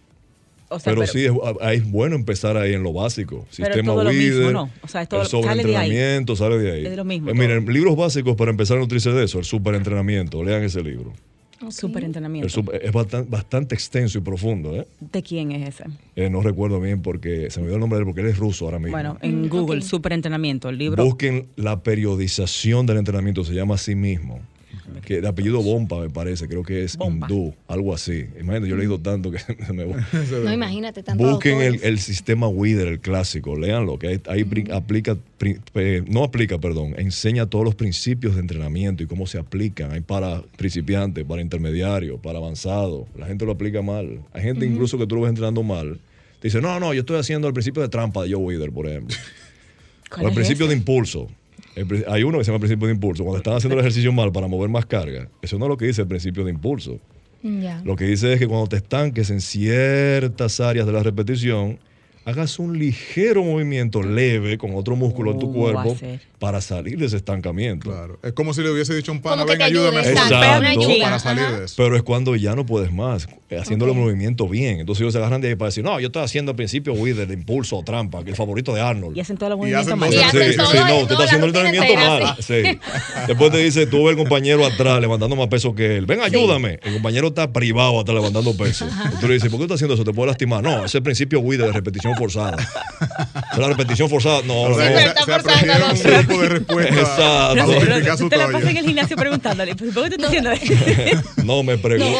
O sea, Pero sí, es bueno empezar ahí en lo básico. Pero Sistema todo lo mismo, Weider, ¿no? O sea, es todo- el sale de ahí. sobreentrenamiento, sale de ahí. Es de lo mismo, Miren, libros básicos para empezar a nutrirse de eso, el superentrenamiento, lean ese libro. Superentrenamiento. Es bastante extenso y profundo, ¿eh? ¿De quién es ese? No recuerdo bien porque se me dio el nombre de él porque él es ruso ahora mismo. Bueno, en Google, ok. superentrenamiento, el libro. Busquen la periodización del entrenamiento, se llama así mismo. Que de apellido Bompa, me parece, creo que es Bompa. hindú, algo así. Imagínate, yo he leído tanto que se me va. No, imagínate, tanto Busquen autores. el sistema Weider, el clásico, léanlo, que ahí enseña todos los principios de entrenamiento y cómo se aplican. Hay para principiantes, para intermediarios, para avanzados. La gente lo aplica mal. Hay gente incluso que tú lo ves entrenando mal. Te dice, no, yo estoy haciendo el principio de trampa de Joe Weider, por ejemplo. ¿Cuál O el es principio ese? de impulso. Hay uno que se llama principio de impulso. Cuando están haciendo el ejercicio mal para mover más carga, eso no es lo que dice el principio de impulso. Ya. Lo que dice es que cuando te estanques en ciertas áreas de la repetición, hagas un ligero movimiento leve con otro músculo de tu cuerpo para salir de ese estancamiento. Claro. Es como si le hubiese dicho a un pana, Como que ven, te ayude, ayúdame a exacto. para salir de eso. Pero es cuando ya no puedes más, haciendo el movimiento bien. Entonces ellos se agarran de ahí para decir, no, yo estoy haciendo al principio Wither, de impulso o trampa, que el favorito de Arnold. Y hacen todos los Y hacen movimientos mal. todo. Sí, no, usted está haciendo el entrenamiento mal. Sí. Después te dice, tú ves el compañero atrás levantando más peso que él. Ven, ayúdame. El compañero está privado atrás levantando peso. Y tú le dices, ¿por qué estás haciendo eso? Te puede lastimar. No, es el principio Wither de repetición forzada. Es la repetición forzada. No, O sea, está se aprendieron un forzando. grupo de respuestas Exacto. para justificar su Tú te la pasas en toalla. el gimnasio preguntándole, ¿por qué tú estás haciendo eso? No me pregunto.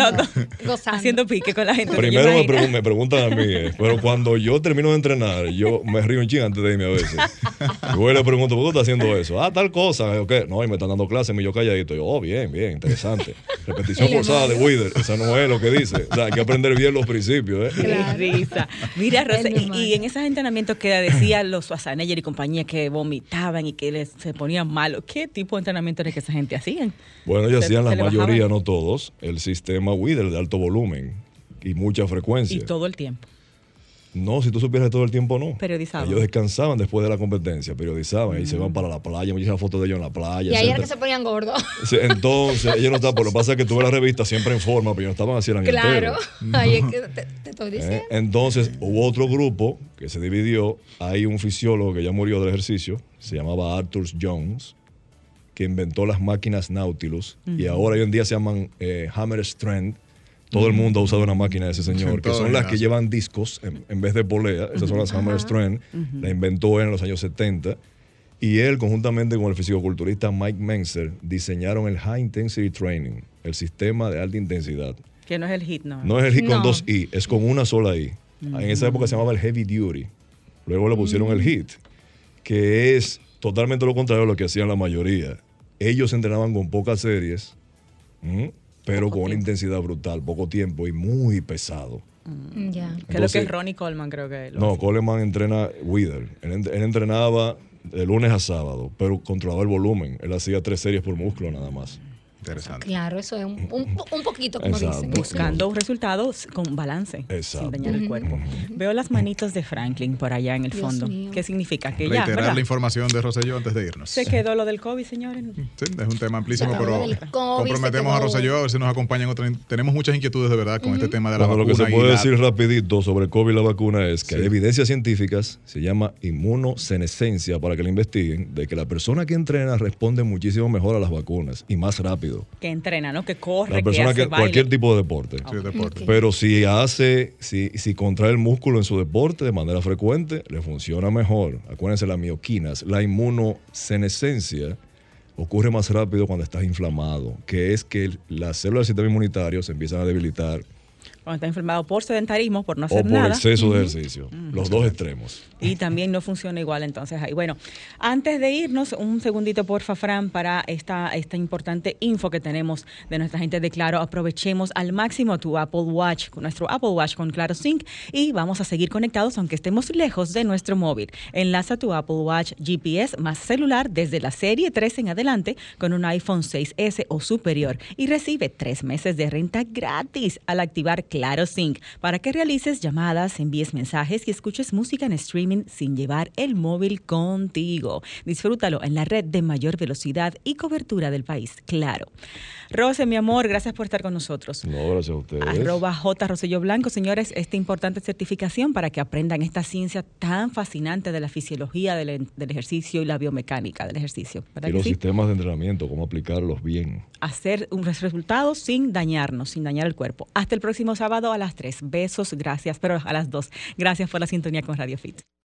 Gozando. Haciendo pique con la gente. Primero ¿te imaginas? me preguntan a mí, pero cuando yo termino de entrenar, yo me río un ching antes de irme a veces. Y voy y le pregunto, ¿por qué tú estás haciendo eso? Ah, tal cosa. ¿Qué? No, y me están dando clases, y yo calladito. Yo, oh, bien, interesante. Repetición forzada de Wither. Esa no es lo que dice. O sea, hay que aprender bien los principios, ¿eh? Qué risa. Mira, Rosa, y en esos entrenamientos que decía los Schwarzenegger y compañía que vomitaban y que se ponían malos, ¿qué tipo de entrenamiento era que esa gente hacían? Bueno, ellos hacían la le bajaban. mayoría, no todos, el sistema Wither de alto volumen y mucha frecuencia. Y todo el tiempo. No, si tú supieras todo el tiempo, no. Periodizaban. Ellos descansaban después de la competencia, periodizaban y se van para la playa, muchas fotos de ellos en la playa. Y ahí era etcétera. que se ponían gordos. Sí, entonces, ellos no estaban, por lo que pasa es que tuve la revista siempre en forma, pero ellos no estaban así, eran Claro. enteros. Ahí es que te estoy diciendo. Entonces, hubo otro grupo que se dividió. Hay un fisiólogo que ya murió del ejercicio, se llamaba Arthur Jones, que inventó las máquinas Nautilus, y ahora hoy en día se llaman Hammer Strength. Todo el mundo ha usado una máquina de ese señor, que son las que llevan discos en vez de polea. Esas son las Hammer Strength. La inventó él en los años 70. Y él, conjuntamente con el fisicoculturista Mike Menzer, diseñaron el High Intensity Training, el sistema de alta intensidad. Que no es el hit, ¿no? No es el hit con No. 2 I, es con una sola I. En esa época se llamaba el Heavy Duty. Luego le pusieron el hit, que es totalmente lo contrario a lo que hacían la mayoría. Ellos entrenaban con pocas series, pero con una intensidad brutal, poco tiempo y muy pesado. Ya. Que es lo que Entonces- es Ronnie Coleman, creo que lo No, hace. Coleman entrena Wither. Él entrenaba de lunes a sábado, pero controlaba el volumen. Él hacía 3 series por músculo nada más. Interesante. Claro, eso es un poquito, como Exacto. dicen. Buscando resultados con balance, Exacto. sin dañar el cuerpo. Veo las manitos de Franklin por allá en el Dios fondo. mío. ¿Qué significa? Que ya, Reiterar ¿verdad? la información de Rosselló antes de irnos. Se quedó lo del COVID, señores. Sí, es un tema amplísimo, Se pero acabó del COVID, comprometemos se a quedó- Rosselló a ver si nos acompañan. Tenemos muchas inquietudes de verdad con este tema de la Bueno, vacuna. lo que se y puede la- decir rapidito sobre el COVID y la vacuna es que Sí. hay evidencias científicas, se llama inmunosenescencia para que la investiguen, de que la persona que entrena responde muchísimo mejor a las vacunas y más rápido. Que entrena, ¿no? Que corre, La persona que hace baile. cualquier tipo de deporte. Sí, deporte. Pero si contrae el músculo en su deporte de manera frecuente, le funciona mejor. Acuérdense, las mioquinas, la inmunosenescencia ocurre más rápido cuando estás inflamado, que es que las células del sistema inmunitario se empiezan a debilitar Cuando está enfermado por sedentarismo, por no o hacer por nada. exceso de ejercicio. Los dos extremos. Y también no funciona igual, entonces ahí. Bueno, antes de irnos, un segundito, porfa, Fran, para esta importante info que tenemos de nuestra gente de Claro. Aprovechemos al máximo tu Apple Watch, con nuestro Apple Watch con Claro Sync, y vamos a seguir conectados aunque estemos lejos de nuestro móvil. Enlaza tu Apple Watch GPS más celular desde la serie 3 en adelante con un iPhone 6S o superior y recibe 3 meses de renta gratis al activar Claro Sync para que realices llamadas, envíes mensajes y escuches música en streaming sin llevar el móvil contigo. Disfrútalo en la red de mayor velocidad y cobertura del país. Claro. Rose, mi amor, gracias por estar con nosotros. No, gracias a ustedes. @J Rosselló Blanco, señores, esta importante certificación para que aprendan esta ciencia tan fascinante de la fisiología del ejercicio y la biomecánica del ejercicio. ¿Verdad Y que los sí? sistemas de entrenamiento, cómo aplicarlos bien. Hacer un resultado sin dañarnos, sin dañar el cuerpo. Hasta el próximo sábado a las 3. Besos, gracias, pero a las 2. Gracias por la sintonía con Radio Fit.